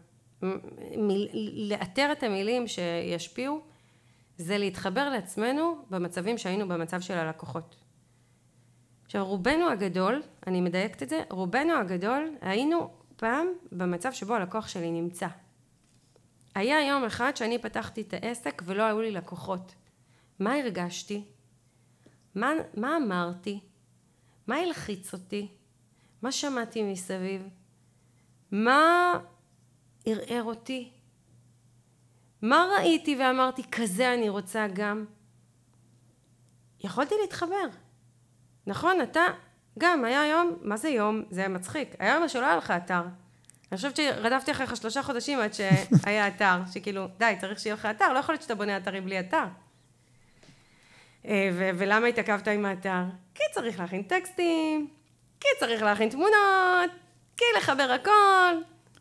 Speaker 1: לאתר את המילים שישפיעו, זה להתחבר לעצמנו במצבים שהיינו במצב של הלקוחות. עכשיו, רובנו הגדול, אני מדייקת את זה, רובנו הגדול היינו פעם במצב שבו הלקוח שלי נמצא. היה יום אחד שאני פתחתי את העסק ולא היו לי לקוחות. מה הרגשתי? מה, מה אמרתי? מה הלחיץ אותי? מה שמעתי מסביב? מה ערער אותי? מה ראיתי ואמרתי, כזה אני רוצה גם? יכולתי להתחבר. נכון, אתה גם היה יום, מה זה יום? זה מצחיק. היה יום שלא היה לך אתר. אני חושבת שרדפתי אחריך שלושה חודשים עד שהיה אתר, שכאילו, די, צריך שיהיה לך אתר, לא יכול להיות שאתה בונה אתרים בלי אתר. ו- ולמה התעכבת עם האתר? כי צריך להכין טקסטים, כי צריך להכין תמונות, כי לחבר הכל.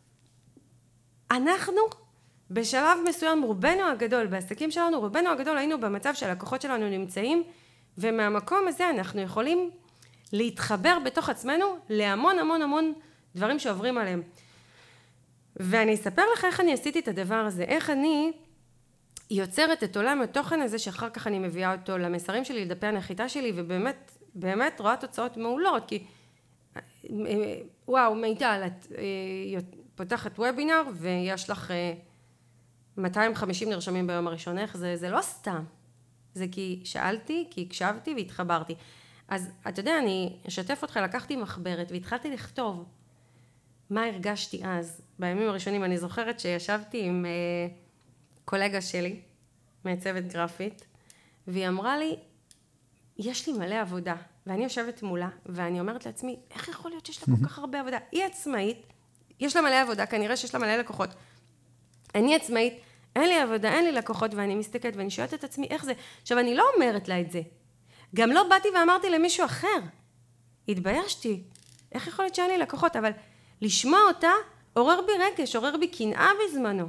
Speaker 1: אנחנו, בשלב מסוים, רובנו הגדול, בעסקים שלנו, רובנו הגדול היינו במצב שהלקוחות שלנו נמצאים, ומהמקום הזה אנחנו יכולים להתחבר בתוך עצמנו להמון המון המון דברים שעוברים עליהם. ואני אספר לך איך אני עשיתי את הדבר הזה, איך אני יוצרת את עולם התוכן הזה, שאחר כך אני מביאה אותו למסרים שלי, לדפי הנחיתה שלי, ובאמת, באמת רואה תוצאות מעולות, כי וואו, מיטל, את פותחת וובינר, ויש לך מאתיים וחמישים נרשמים ביום הראשון, איך זה, זה לא סתם. זה כי שאלתי, כי הקשבתי והתחברתי. אז אתה יודע, אני אשתף אותך, לקחתי מחברת והתחלתי לכתוב מה הרגשתי אז. בימים הראשונים אני זוכרת שישבתי עם אה, קולגה שלי, מעצבת גרפית, והיא אמרה לי, יש לי מלא עבודה, ואני יושבת מולה, ואני אומרת לעצמי, איך יכול להיות שיש לה כל כך הרבה עבודה? היא עצמאית, יש לה מלא עבודה, כנראה שיש לה מלא לקוחות. אני עצמאית, אין לי עבודה, אין לי לקוחות, ואני מסתכלת ואני שואלת את עצמי, איך זה? עכשיו, אני לא אומרת לה את זה. גם לא באתי ואמרתי למישהו אחר. התביישתי. איך יכול להיות שאין לי לקוחות? אבל לשמוע אותה, עורר בי רגש, עורר בי קנאה בזמנו.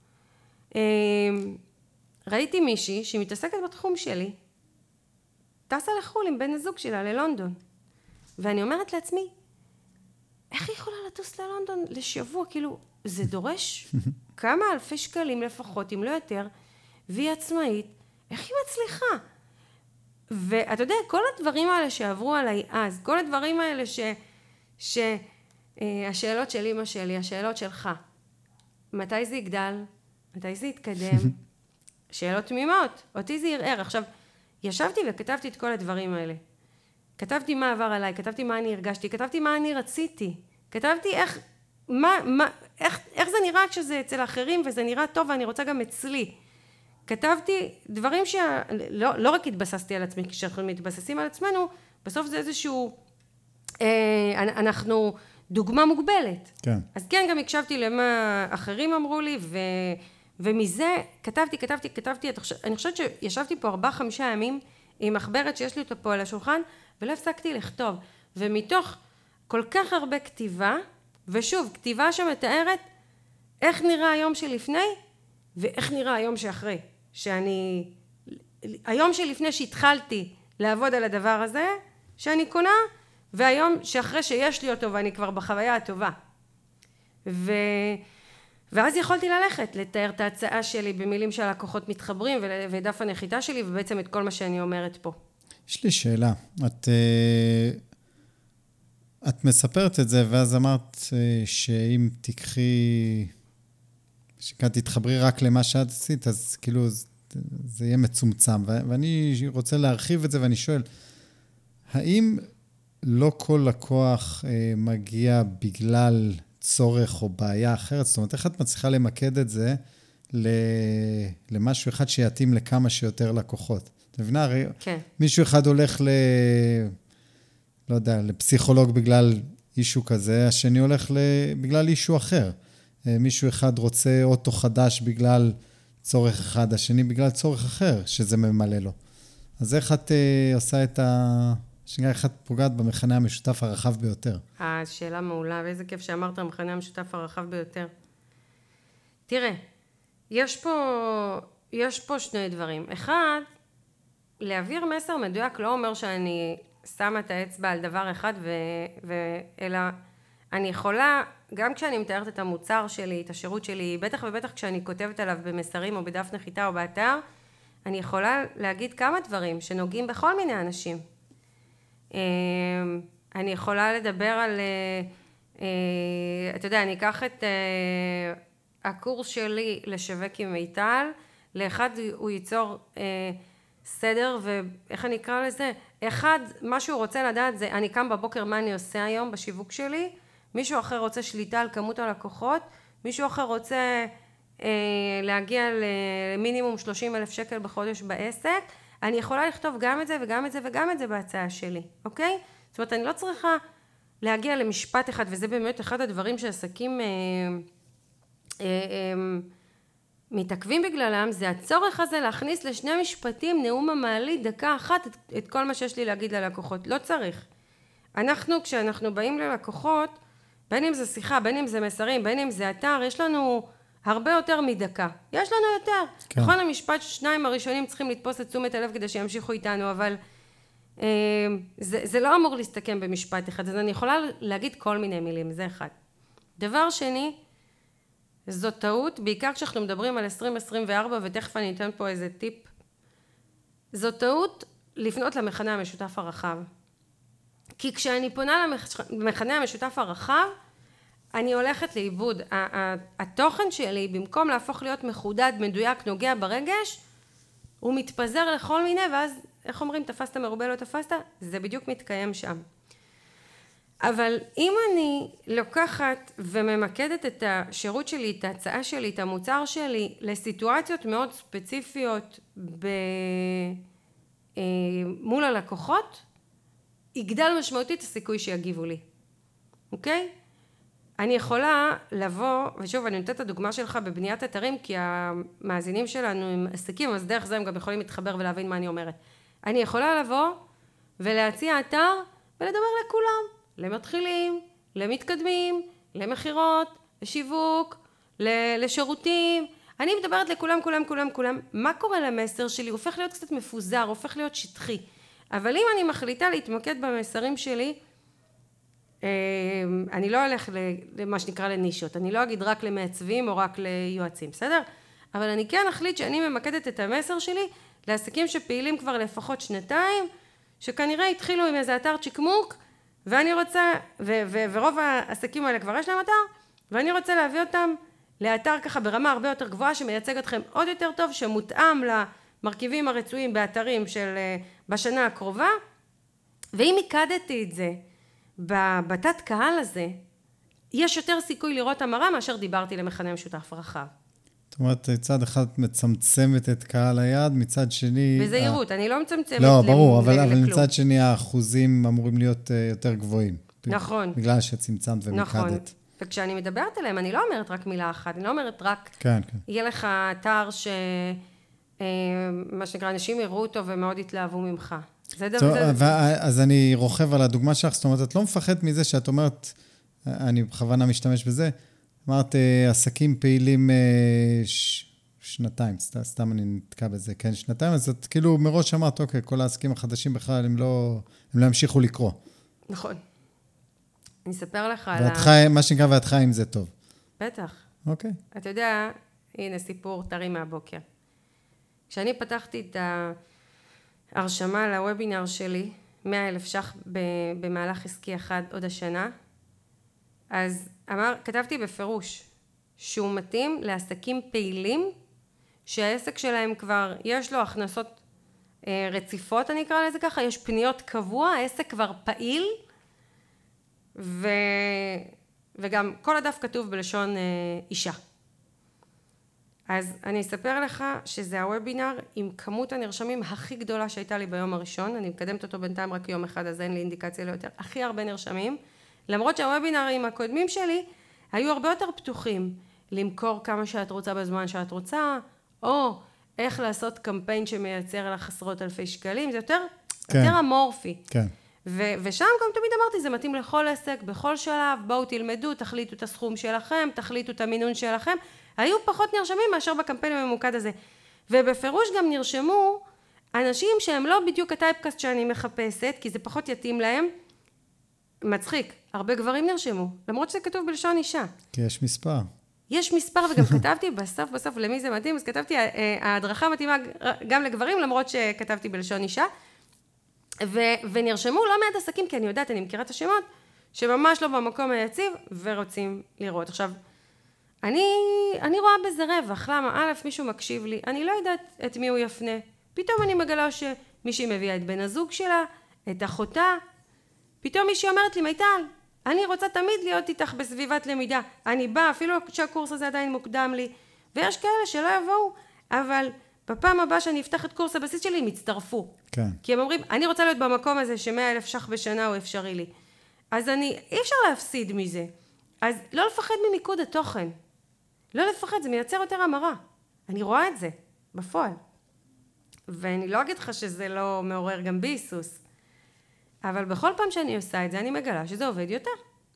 Speaker 1: ראיתי מישהי שהיא מתעסקת בתחום שלי, טסה לחול עם בן הזוג שלה ללונדון. ואני אומרת לעצמי, איך היא יכולה לטוס ללונדון לשבוע? כאילו, זה דורש כמה אלפי שקלים לפחות, אם לא יותר, והיא עצמאית, איך היא מצליחה? ואתה יודע, כל הדברים האלה שעברו עליי אז, כל הדברים האלה ש... ש... השאלות של אמא שלי, השאלות שלך, מתי זה יגדל? מתי זה יתקדם? שאלות תמימות, אותי זה ירער. עכשיו, ישבתי וכתבתי את כל הדברים האלה. כתבתי מה עבר עליי, כתבתי מה אני הרגשתי, כתבתי מה אני רציתי, כתבתי איך, מה, מה, איך, איך זה נראה כשזה אצל האחרים וזה נראה טוב ואני רוצה גם אצלי. כתבתי דברים שלא לא רק התבססתי על עצמי, כשאנחנו מתבססים על עצמנו, בסוף זה איזשהו, אה, אנחנו דוגמה מוגבלת.
Speaker 2: כן.
Speaker 1: אז כן, גם הקשבתי למה אחרים אמרו לי, ו, ומזה כתבתי, כתבתי, כתבתי, אני חושבת שישבתי פה ארבעה, חמישה ימים עם מחברת שיש לי אותה פה על השולחן, ולא הפסקתי לכתוב. ומתוך כל כך הרבה כתיבה, ושוב, כתיבה שמתארת איך נראה היום שלפני, ואיך נראה היום שאחרי. שאני, היום שלפני שהתחלתי לעבוד על הדבר הזה, שאני קונה, והיום שאחרי שיש לי אותו ואני כבר בחוויה הטובה. ו... ואז יכולתי ללכת, לתאר את ההצעה שלי במילים שהלקוחות מתחברים, ודף הנחיתה שלי, ובעצם את כל מה שאני אומרת פה.
Speaker 2: יש לי שאלה. את, את מספרת את זה, ואז אמרת שאם תקחי, שכאן תתחברי רק למה שאת עשית, אז כאילו זה יהיה מצומצם. ואני רוצה להרחיב את זה, ואני שואל, האם לא כל לקוח מגיע בגלל צורך או בעיה אחרת? זאת אומרת, איך את מצליחה למקד את זה למשהו אחד שיתאים לכמה שיותר לקוחות? אתה מבינה? הרי כן. מישהו אחד הולך ל... לא יודע, לפסיכולוג בגלל אישו כזה, השני הולך בגלל אישו אחר. מישהו אחד רוצה אוטו חדש בגלל צורך אחד, השני בגלל צורך אחר שזה ממלא לו. אז איך את אה, עושה את ה... שנייה, איך את פוגעת במכנה המשותף הרחב ביותר?
Speaker 1: אה, שאלה מעולה, ואיזה כיף שאמרת המכנה המשותף הרחב ביותר. תראה, יש פה, יש פה שני דברים. אחד, להעביר מסר מדויק לא אומר שאני שמה את האצבע על דבר אחד, ו, ו, אלא אני יכולה, גם כשאני מתארת את המוצר שלי, את השירות שלי, בטח ובטח כשאני כותבת עליו במסרים או בדף נחיתה או באתר, אני יכולה להגיד כמה דברים שנוגעים בכל מיני אנשים. אני יכולה לדבר על, אתה יודע, אני אקח את הקורס שלי לשווק עם מיטל, לאחד הוא ייצור סדר, ואיך אני אקרא לזה? אחד, מה שהוא רוצה לדעת זה, אני קם בבוקר מה אני עושה היום בשיווק שלי, מישהו אחר רוצה שליטה על כמות הלקוחות, מישהו אחר רוצה להגיע למינימום שלושים אלף שקל בחודש בעסק, אני יכולה לכתוב גם את זה וגם את זה וגם את זה בהצעה שלי, אוקיי? זאת אומרת, אני לא צריכה להגיע למשפט אחד, וזה באמת אחד הדברים שעסקים אה, אה, אה, מתעכבים בגללם, זה הצורך הזה להכניס לשני משפטים, נאום המעלית, דקה אחת, את, את כל מה שיש לי להגיד ללקוחות. לא צריך. אנחנו, כשאנחנו באים ללקוחות, בין אם זה שיחה, בין אם זה מסרים, בין אם זה אתר, יש לנו הרבה יותר מדקה. יש לנו יותר. כן. נכון, המשפט שניים הראשונים צריכים לתפוס את תשומת הלב כדי שימשיכו איתנו, אבל אה, זה, זה לא אמור להסתכם במשפט אחד, אז אני יכולה להגיד כל מיני מילים, זה אחד. דבר שני, זו טעות, בעיקר כשאנחנו מדברים על עשרים עשרים וארבע, ותכף אני אתן פה איזה טיפ. זו טעות לפנות למכנה המשותף הרחב. כי כשאני פונה למכנה המשותף הרחב, אני הולכת לאיבוד. התוכן שלי, במקום להפוך להיות מחודד, מדויק, נוגע ברגש, הוא מתפזר לכל מיני, ואז, איך אומרים, תפסת מרובה לא תפסת? זה בדיוק מתקיים שם. אבל אם אני לוקחת וממקדת את השירות שלי, את ההצעה שלי, את המוצר שלי, לסיטואציות מאוד ספציפיות ב... מול הלקוחות, יגדל משמעותית הסיכוי שיגיבו לי. אוקיי? אני יכולה לבוא, ושוב אני נותנת את הדוגמה שלך בבניית אתרים, כי המאזינים שלנו הם עסקים, אז דרך זה הם גם יכולים להתחבר ולהבין מה אני אומרת. אני יכולה לבוא ולהציע אתר ולדבר לכולם, למתחילים, למתקדמים, למחירות, לשיווק, לשירותים. אני מדברת לכולם, כולם, כולם, כולם. מה קורה למסר שלי? הוא הופך להיות קצת מפוזר, הוא הופך להיות שטחי. אבל אם אני מחליטה להתמקד במסרים שלי, אני לא הולך למה שנקרא לנישות, אני לא אגיד רק למעצבים או רק ליועצים, בסדר? אבל אני כן אחליט שאני ממקדת את המסר שלי לעסקים שפעילים כבר לפחות שנתיים, שכנראה התחילו עם איזה אתר צ'יקמוק, ואני רוצה, ו- ו- ורוב העסקים האלה כבר יש להם אתר, ואני רוצה להביא אותם לאתר ככה ברמה הרבה יותר גבוהה, שמייצג אתכם עוד יותר טוב, שמותאם למרכיבים הרצויים באתרים של בשנה הקרובה, ואם הקדתי את זה, בתת קהל הזה, יש יותר סיכוי לראות המרה מאשר דיברתי למכנה משותף רחב.
Speaker 2: זאת אומרת, צד אחד מצמצמת את קהל היעד, מצד שני...
Speaker 1: בזהירות, אני לא מצמצמת...
Speaker 2: לא, ברור, אבל, אבל מצד שני האחוזים אמורים להיות יותר גבוהים.
Speaker 1: נכון.
Speaker 2: בגלל שצמצמת ומקדת.
Speaker 1: נכון. וכשאני מדברת עליהם, אני לא אומרת רק מילה אחת, אני לא אומרת רק...
Speaker 2: כן, כן.
Speaker 1: יהיה לך אתר ש... מה שנקרא, אנשים יראו אותו ומאוד יתלהבו ממך. זה דבר...
Speaker 2: אז אני רוכב על הדוגמה שלך, זאת אומרת, את לא מפחדת מזה שאת אומרת, אני בכוונה משתמש בזה, אמרת, עסקים פעילים ש... שנתיים, סתם אני נתקע בזה, כן, שנתיים, אז את כאילו מראש אמרת, אוקיי, כל העסקים החדשים בכלל, הם לא, הם לא המשיכו לקרוא.
Speaker 1: נכון. אני אספר לך
Speaker 2: על ה... מה שנקרא, ואת חי עם זה טוב.
Speaker 1: בטח.
Speaker 2: אוקיי.
Speaker 1: אתה יודע, הנה סיפור טרי מהבוקר. כשאני פתחתי את ההרשמה לוובינר שלי, מאה אלף ש"ח במהלך עסקי אחד עוד השנה, אז אמר, כתבתי בפירוש שהוא מתאים לעסקים פעילים, שהעסק שלהם כבר, יש לו הכנסות אה, רציפות, אני אקרא לזה ככה, יש פניות קבוע, העסק כבר פעיל, ו... וגם כל הדף כתוב בלשון אה, אישה. אז אני אספר לך שזה הוובינר עם כמות הנרשמים הכי גדולה שהייתה לי ביום הראשון, אני מקדמת אותו בינתיים רק יום אחד, אז אין לי אינדיקציה ליותר, הכי הרבה נרשמים, למרות שהוובינרים הקודמים שלי היו הרבה יותר פתוחים, למכור כמה שאת רוצה בזמן שאת רוצה, או איך לעשות קמפיין שמייצר לך עשרות אלפי שקלים, זה יותר,
Speaker 2: כן.
Speaker 1: יותר אמורפי.
Speaker 2: כן.
Speaker 1: ו- ושם גם תמיד אמרתי, זה מתאים לכל עסק, בכל שלב, בואו תלמדו, תחליטו את הסכום שלכם, תחליטו את המינון שלכם. היו פחות נרשמים מאשר בקמפיין הממוקד הזה. ובפירוש גם נרשמו אנשים שהם לא בדיוק הטייפקאסט שאני מחפשת, כי זה פחות יתאים להם. מצחיק, הרבה גברים נרשמו, למרות שזה כתוב בלשון אישה.
Speaker 2: כי יש מספר. יש
Speaker 1: מספר, וגם כתבתי בסוף בסוף למי זה מתאים, אז כתבתי, ההדרכה מתאימה גם לגברים, למרות שכתבתי בלשון אישה. ו- ונרשמו לא מעט עסקים, כי אני יודעת, אני מכירה את השמות, שממש לא במקום היציב, ורוצים לראות. עכשיו, אני, אני רואה בזה רווח, למה? א', מישהו מקשיב לי, אני לא יודעת את מי הוא יפנה. פתאום אני מגלה שמישהי מביאה את בן הזוג שלה, את אחותה, פתאום מישהי אומרת לי, מיטל, אני רוצה תמיד להיות איתך בסביבת למידה. אני באה, אפילו שהקורס הזה עדיין מוקדם לי, ויש כאלה שלא יבואו, אבל בפעם הבאה שאני אפתח את קורס הבסיס שלי, הם יצטרפו.
Speaker 2: כן.
Speaker 1: כי הם אומרים, אני רוצה להיות במקום הזה שמאה אלף שח בשנה הוא אפשרי לי. אז אני, אי אפשר להפסיד מזה. אז לא לפחד ממיקוד התוכן. לא לפחד, זה מייצר יותר המרה. אני רואה את זה, בפועל. ואני לא אגיד לך שזה לא מעורר גם ביסוס. אבל בכל פעם שאני עושה את זה, אני מגלה שזה עובד יותר.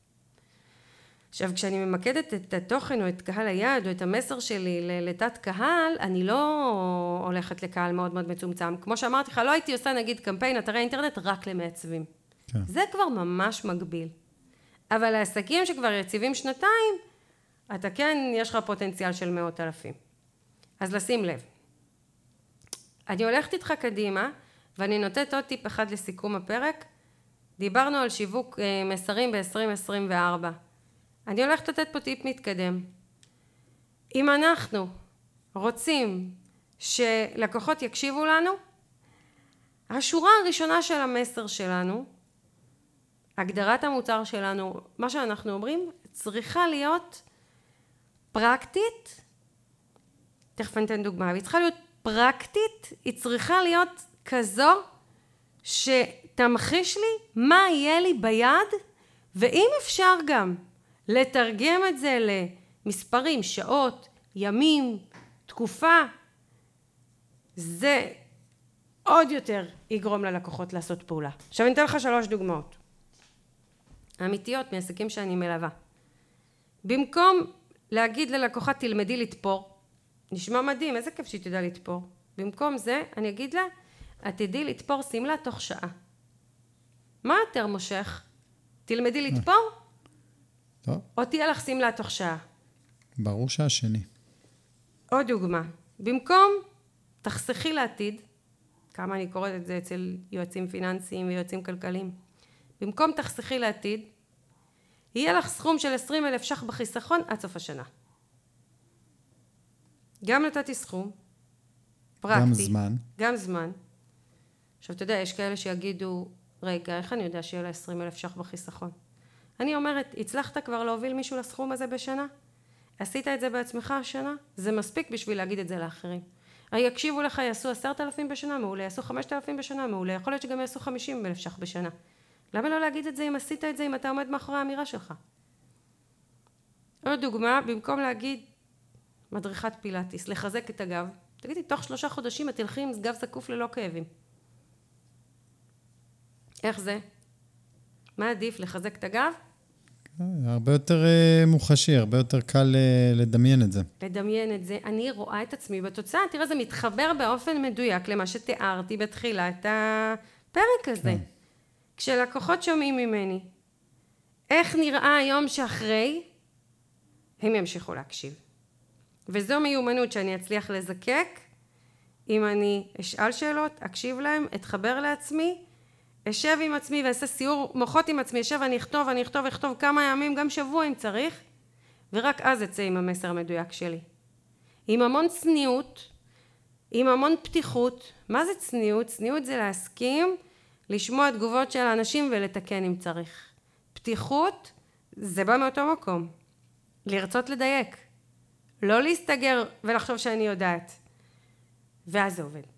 Speaker 1: עכשיו, כשאני ממקדת את התוכן או את קהל היעד או את המסר שלי לתת קהל, אני לא הולכת לקהל מאוד מאוד מצומצם. כמו שאמרתי לך, לא הייתי עושה נגיד קמפיין אתרי אינטרנט רק למעצבים. כן. זה כבר ממש מגביל. אבל העסקים שכבר יציבים שנתיים, אתה כן, יש לך פוטנציאל של מאות אלפים. אז לשים לב. אני הולכת איתך קדימה, ואני נותנת עוד טיפ אחד לסיכום הפרק. דיברנו על שיווק מסרים ב-עשרים עשרים וארבע. אני הולכת לתת פה טיפ מתקדם. אם אנחנו רוצים שלקוחות יקשיבו לנו, השורה הראשונה של המסר שלנו, הגדרת המוצר שלנו, מה שאנחנו אומרים, צריכה להיות פרקטית, תכף אני אתן דוגמה, היא צריכה להיות פרקטית, היא צריכה להיות כזו שתמחיש לי מה יהיה לי ביד, ואם אפשר גם לתרגם את זה למספרים, שעות, ימים, תקופה, זה עוד יותר יגרום ללקוחות לעשות פעולה. עכשיו אני אתן לך שלוש דוגמאות. אמיתיות מעסקים שאני מלווה. במקום להגיד ללקוחה תלמדי לתפור, נשמע מדהים, איזה כיף שהיא תדע לתפור. במקום זה אני אגיד לה, את תדעי לתפור סמלה תוך שעה. מה יותר מושך? תלמדי לתפור?
Speaker 2: טוב.
Speaker 1: או תהיה לך סמלה תוך שעה?
Speaker 2: ברור שהשני.
Speaker 1: עוד דוגמה. במקום תחסכי לעתיד, כמה אני קוראת את זה אצל יועצים פיננסיים ויועצים כלכליים, במקום תחסכי לעתיד, יהיה לך סכום של עשרים אלף שח בחיסכון עד סוף השנה. גם נתתי סכום, פרקטי.
Speaker 2: גם זמן.
Speaker 1: גם זמן. עכשיו, אתה יודע, יש כאלה שיגידו, רגע, איך אני יודע שיהיה לה עשרים אלף שח בחיסכון? אני אומרת, הצלחת כבר להוביל מישהו לסכום הזה בשנה? עשית את זה בעצמך השנה? זה מספיק בשביל להגיד את זה לאחרים. יקשיבו לך, יעשו עשרת אלפים בשנה, מעולה, יעשו חמשת אלפים בשנה, מעולה, יכול להיות שגם יעשו חמישים אלף שח בשנה. למה לא להגיד את זה אם עשית את זה, אם אתה עומד מאחורי האמירה שלך? עוד דוגמה, במקום להגיד מדריכת פילאטיס, לחזק את הגב, תגידי, תוך שלושה חודשים את תלכי עם גב זקוף ללא כאבים. איך זה? מה עדיף, לחזק את הגב?
Speaker 2: הרבה יותר מוחשי, הרבה יותר קל לדמיין את זה.
Speaker 1: לדמיין את זה. אני רואה את עצמי בתוצאה, תראה, זה מתחבר באופן מדויק למה שתיארתי בתחילת הפרק הזה. כן. כשלקוחות שומעים ממני, איך נראה היום שאחרי, הם ימשיכו להקשיב. וזו מיומנות שאני אצליח לזקק, אם אני אשאל שאלות, אקשיב להם, אתחבר לעצמי, אשב עם עצמי ואעשה סיור מוחות עם עצמי, אשב ואני אכתוב, אני אכתוב, אכתוב כמה ימים, גם שבוע אם צריך, ורק אז אצא עם המסר המדויק שלי. עם המון צניעות, עם המון פתיחות. מה זה צניעות? צניעות זה להסכים, לשמוע תגובות של האנשים ולתקן אם צריך. פתיחות זה בא מאותו מקום. לרצות לדייק. לא להסתגר ולחשוב שאני יודעת. ואז זה עובד.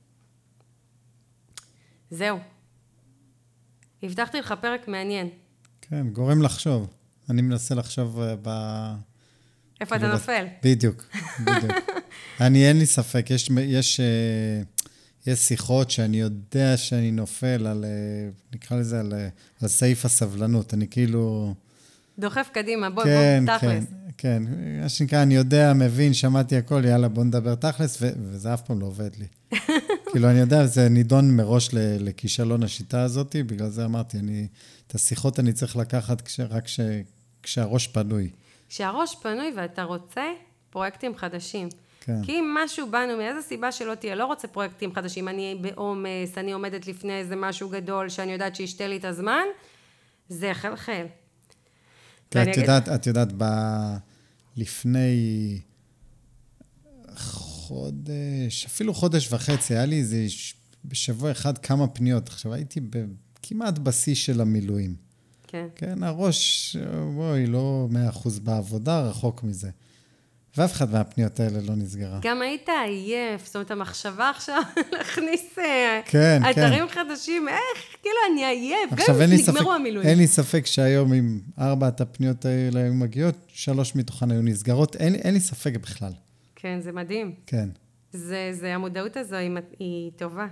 Speaker 1: זהו. הבטחתי לך פרק מעניין.
Speaker 2: כן, גורם לחשוב. אני מנסה לחשוב ב...
Speaker 1: איפה אתה נופל?
Speaker 2: בדיוק, בדיוק. אני, אין לי ספק, יש, יש, יש שיחות שאני יודע שאני נופל על, נקרא לזה, על, על סעיף הסבלנות. אני כאילו...
Speaker 1: דוחף קדימה, בוא,
Speaker 2: כן,
Speaker 1: בוא, תכלס.
Speaker 2: כן, כן. מה שנקרא, אני יודע, מבין, שמעתי הכל, יאללה, בוא נדבר תכלס, ו- וזה אף פעם לא עובד לי. כאילו, אני יודע, זה נידון מראש לכישלון השיטה הזאת, בגלל זה אמרתי, אני, את השיחות אני צריך לקחת כש, רק כש, כשהראש פנוי.
Speaker 1: כשהראש פנוי ואתה רוצה פרויקטים חדשים.
Speaker 2: כן.
Speaker 1: כי אם משהו בנו, מאיזה סיבה שלא תהיה, לא רוצה פרויקטים חדשים, אני בעומס, אני עומדת לפני איזה משהו גדול, שאני יודעת שישתה לי את הזמן, זה חלחל.
Speaker 2: כן, את יודעת, את יודעת, ב... לפני חודש, אפילו חודש וחצי, היה לי איזה בשבוע אחד כמה פניות. עכשיו, הייתי כמעט בשיא של המילואים.
Speaker 1: כן.
Speaker 2: כן, הראש, בואי, לא מאה אחוז בעבודה, רחוק מזה. ואף אחד מהפניות האלה לא נסגרה.
Speaker 1: גם היית עייף, זאת אומרת, המחשבה עכשיו להכניס
Speaker 2: כן,
Speaker 1: אתרים
Speaker 2: כן.
Speaker 1: חדשים, איך, כאילו, אני עייף,
Speaker 2: עכשיו,
Speaker 1: גם
Speaker 2: אין לי
Speaker 1: נגמרו
Speaker 2: ספק,
Speaker 1: המילואים.
Speaker 2: אין לי ספק שהיום, אם ארבעת הפניות האלה היו מגיעות, שלוש מתוכן היו נסגרות, אין, אין לי ספק בכלל.
Speaker 1: כן, זה מדהים.
Speaker 2: כן.
Speaker 1: זה, זה, המודעות הזו היא, היא טובה.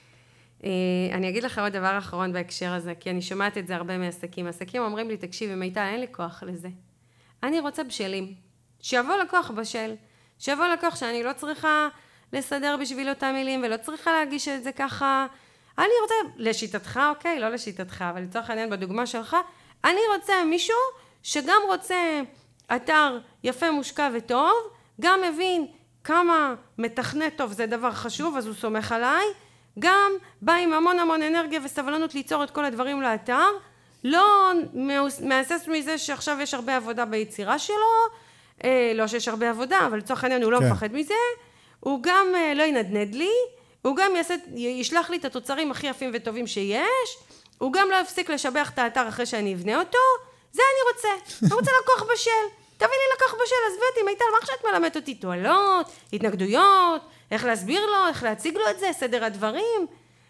Speaker 1: אני אגיד לך עוד דבר אחרון בהקשר הזה, כי אני שומעת את זה הרבה מעסקים. עסקים אומרים לי, תקשיבי, מיטל, אין לי כוח לזה. אני רוצה בשלים. שיבוא לקוח בשל. שיבוא לקוח שאני לא צריכה לסדר בשביל אותם מילים, ולא צריכה להגיש את זה ככה. אני רוצה, לשיטתך, אוקיי, לא לשיטתך, אבל לצורך העניין בדוגמה שלך, אני רוצה מישהו שגם רוצה אתר יפה, מושקע וטוב, גם מבין כמה מתכנת טוב זה דבר חשוב, אז הוא סומך עליי, גם בא עם המון המון אנרגיה וסבלנות ליצור את כל הדברים לאתר, לא מהסס מזה שעכשיו יש הרבה עבודה ביצירה שלו, אה, לא שיש הרבה עבודה, אבל לצורך העניין הוא לא
Speaker 2: כן.
Speaker 1: מפחד מזה, הוא גם אה, לא ינדנד לי, הוא גם יעשה, ישלח לי את התוצרים הכי יפים וטובים שיש, הוא גם לא יפסיק לשבח את האתר אחרי שאני אבנה אותו, זה אני רוצה, אני רוצה לקוח בשל, תביא לי לקוח בשל, עזבי אותי, מיטל, מה עכשיו את מלמדת אותי? תועלות, התנגדויות, איך להסביר לו, איך להציג לו את זה, סדר הדברים.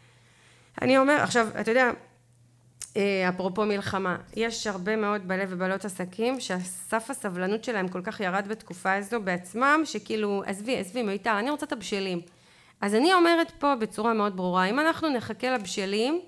Speaker 1: אני אומר, עכשיו, אתה יודע, אפרופו מלחמה, יש הרבה מאוד בעלי ובעלות עסקים שהסף הסבלנות שלהם כל כך ירד בתקופה הזו בעצמם, שכאילו, עזבי, עזבי, מיטל, אני רוצה את הבשלים. אז אני אומרת פה בצורה מאוד ברורה, אם אנחנו נחכה לבשלים,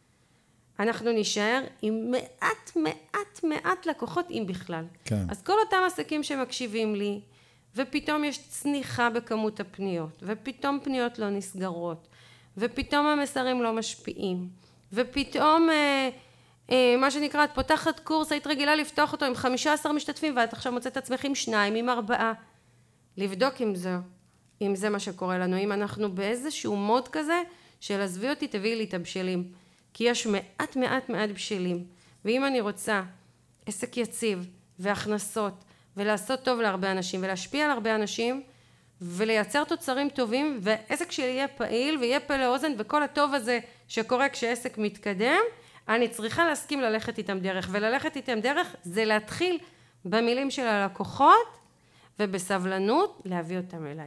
Speaker 1: אנחנו נשאר עם מעט, מעט, מעט לקוחות, אם בכלל.
Speaker 2: כן.
Speaker 1: אז כל אותם עסקים שמקשיבים לי, ופתאום יש צניחה בכמות הפניות, ופתאום פניות לא נסגרות, ופתאום המסרים לא משפיעים, ופתאום, אה, אה, מה שנקרא, את פותחת קורס, היית רגילה לפתוח אותו עם חמישה עשר משתתפים, ואת עכשיו מוצאת עצמך עם שניים, עם ארבעה. לבדוק אם זה, אם זה מה שקורה לנו, אם אנחנו באיזשהו מוד כזה, של עזבי אותי, תביאי לי את הבשלים. כי יש מעט מעט מעט בשלים, ואם אני רוצה עסק יציב והכנסות, ולעשות טוב להרבה אנשים, ולהשפיע על הרבה אנשים, ולייצר תוצרים טובים, ועסק שלי יהיה פעיל, ויהיה פה לאוזן, וכל הטוב הזה שקורה כשעסק מתקדם, אני צריכה להסכים ללכת איתם דרך, וללכת איתם דרך זה להתחיל במילים של הלקוחות, ובסבלנות להביא אותם אליי.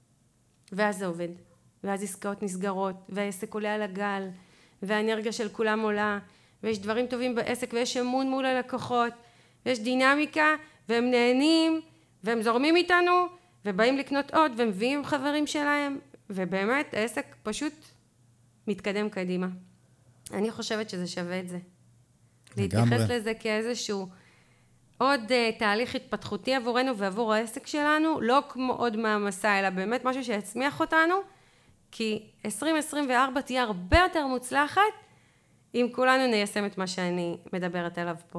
Speaker 1: ואז זה עובד, ואז עסקאות נסגרות, והעסק עולה על הגל, והאנרגיה של כולם עולה, ויש דברים טובים בעסק, ויש אמון מול הלקוחות, ויש דינמיקה, והם נהנים, והם זורמים איתנו, ובאים לקנות עוד, ומביאים חברים שלהם, ובאמת העסק פשוט מתקדם קדימה. אני חושבת שזה שווה את זה.
Speaker 2: לגמרי.
Speaker 1: להתייחס לזה כאיזשהו עוד uh, תהליך התפתחותי עבורנו ועבור העסק שלנו, לא כמו עוד מעמסה, אלא באמת משהו שיצמיח אותנו, כי עשרים עשרים וארבע תהיה הרבה יותר מוצלחת, אם כולנו ניישם את מה שאני מדברת עליו פה.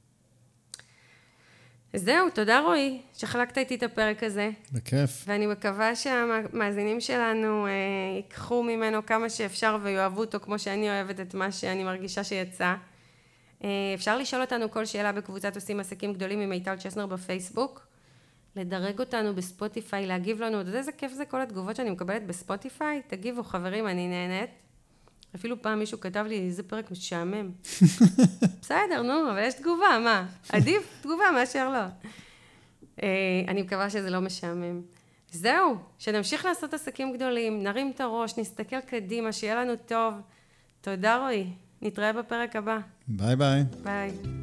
Speaker 1: זהו, תודה רועי, שחלקת איתי את הפרק הזה.
Speaker 2: בכיף.
Speaker 1: ואני מקווה שהמאזינים שלנו אה, ייקחו ממנו כמה שאפשר ויואבו אותו, כמו שאני אוהבת את מה שאני מרגישה שיצא. אה, אפשר לשאול אותנו כל שאלה בקבוצת עושים עסקים גדולים עם מיטל צ'סנר בפייסבוק. לדרג אותנו בספוטיפיי, להגיב לנו, אתה יודע איזה כיף זה כל התגובות שאני מקבלת בספוטיפיי? תגיבו חברים, אני נהנית. אפילו פעם מישהו כתב לי, איזה פרק משעמם. בסדר, נו, אבל יש תגובה, מה? עדיף תגובה מאשר לא. אני מקווה שזה לא משעמם. זהו, שנמשיך לעשות עסקים גדולים, נרים את הראש, נסתכל קדימה, שיהיה לנו טוב. תודה רועי, נתראה בפרק הבא.
Speaker 2: ביי ביי.
Speaker 1: ביי.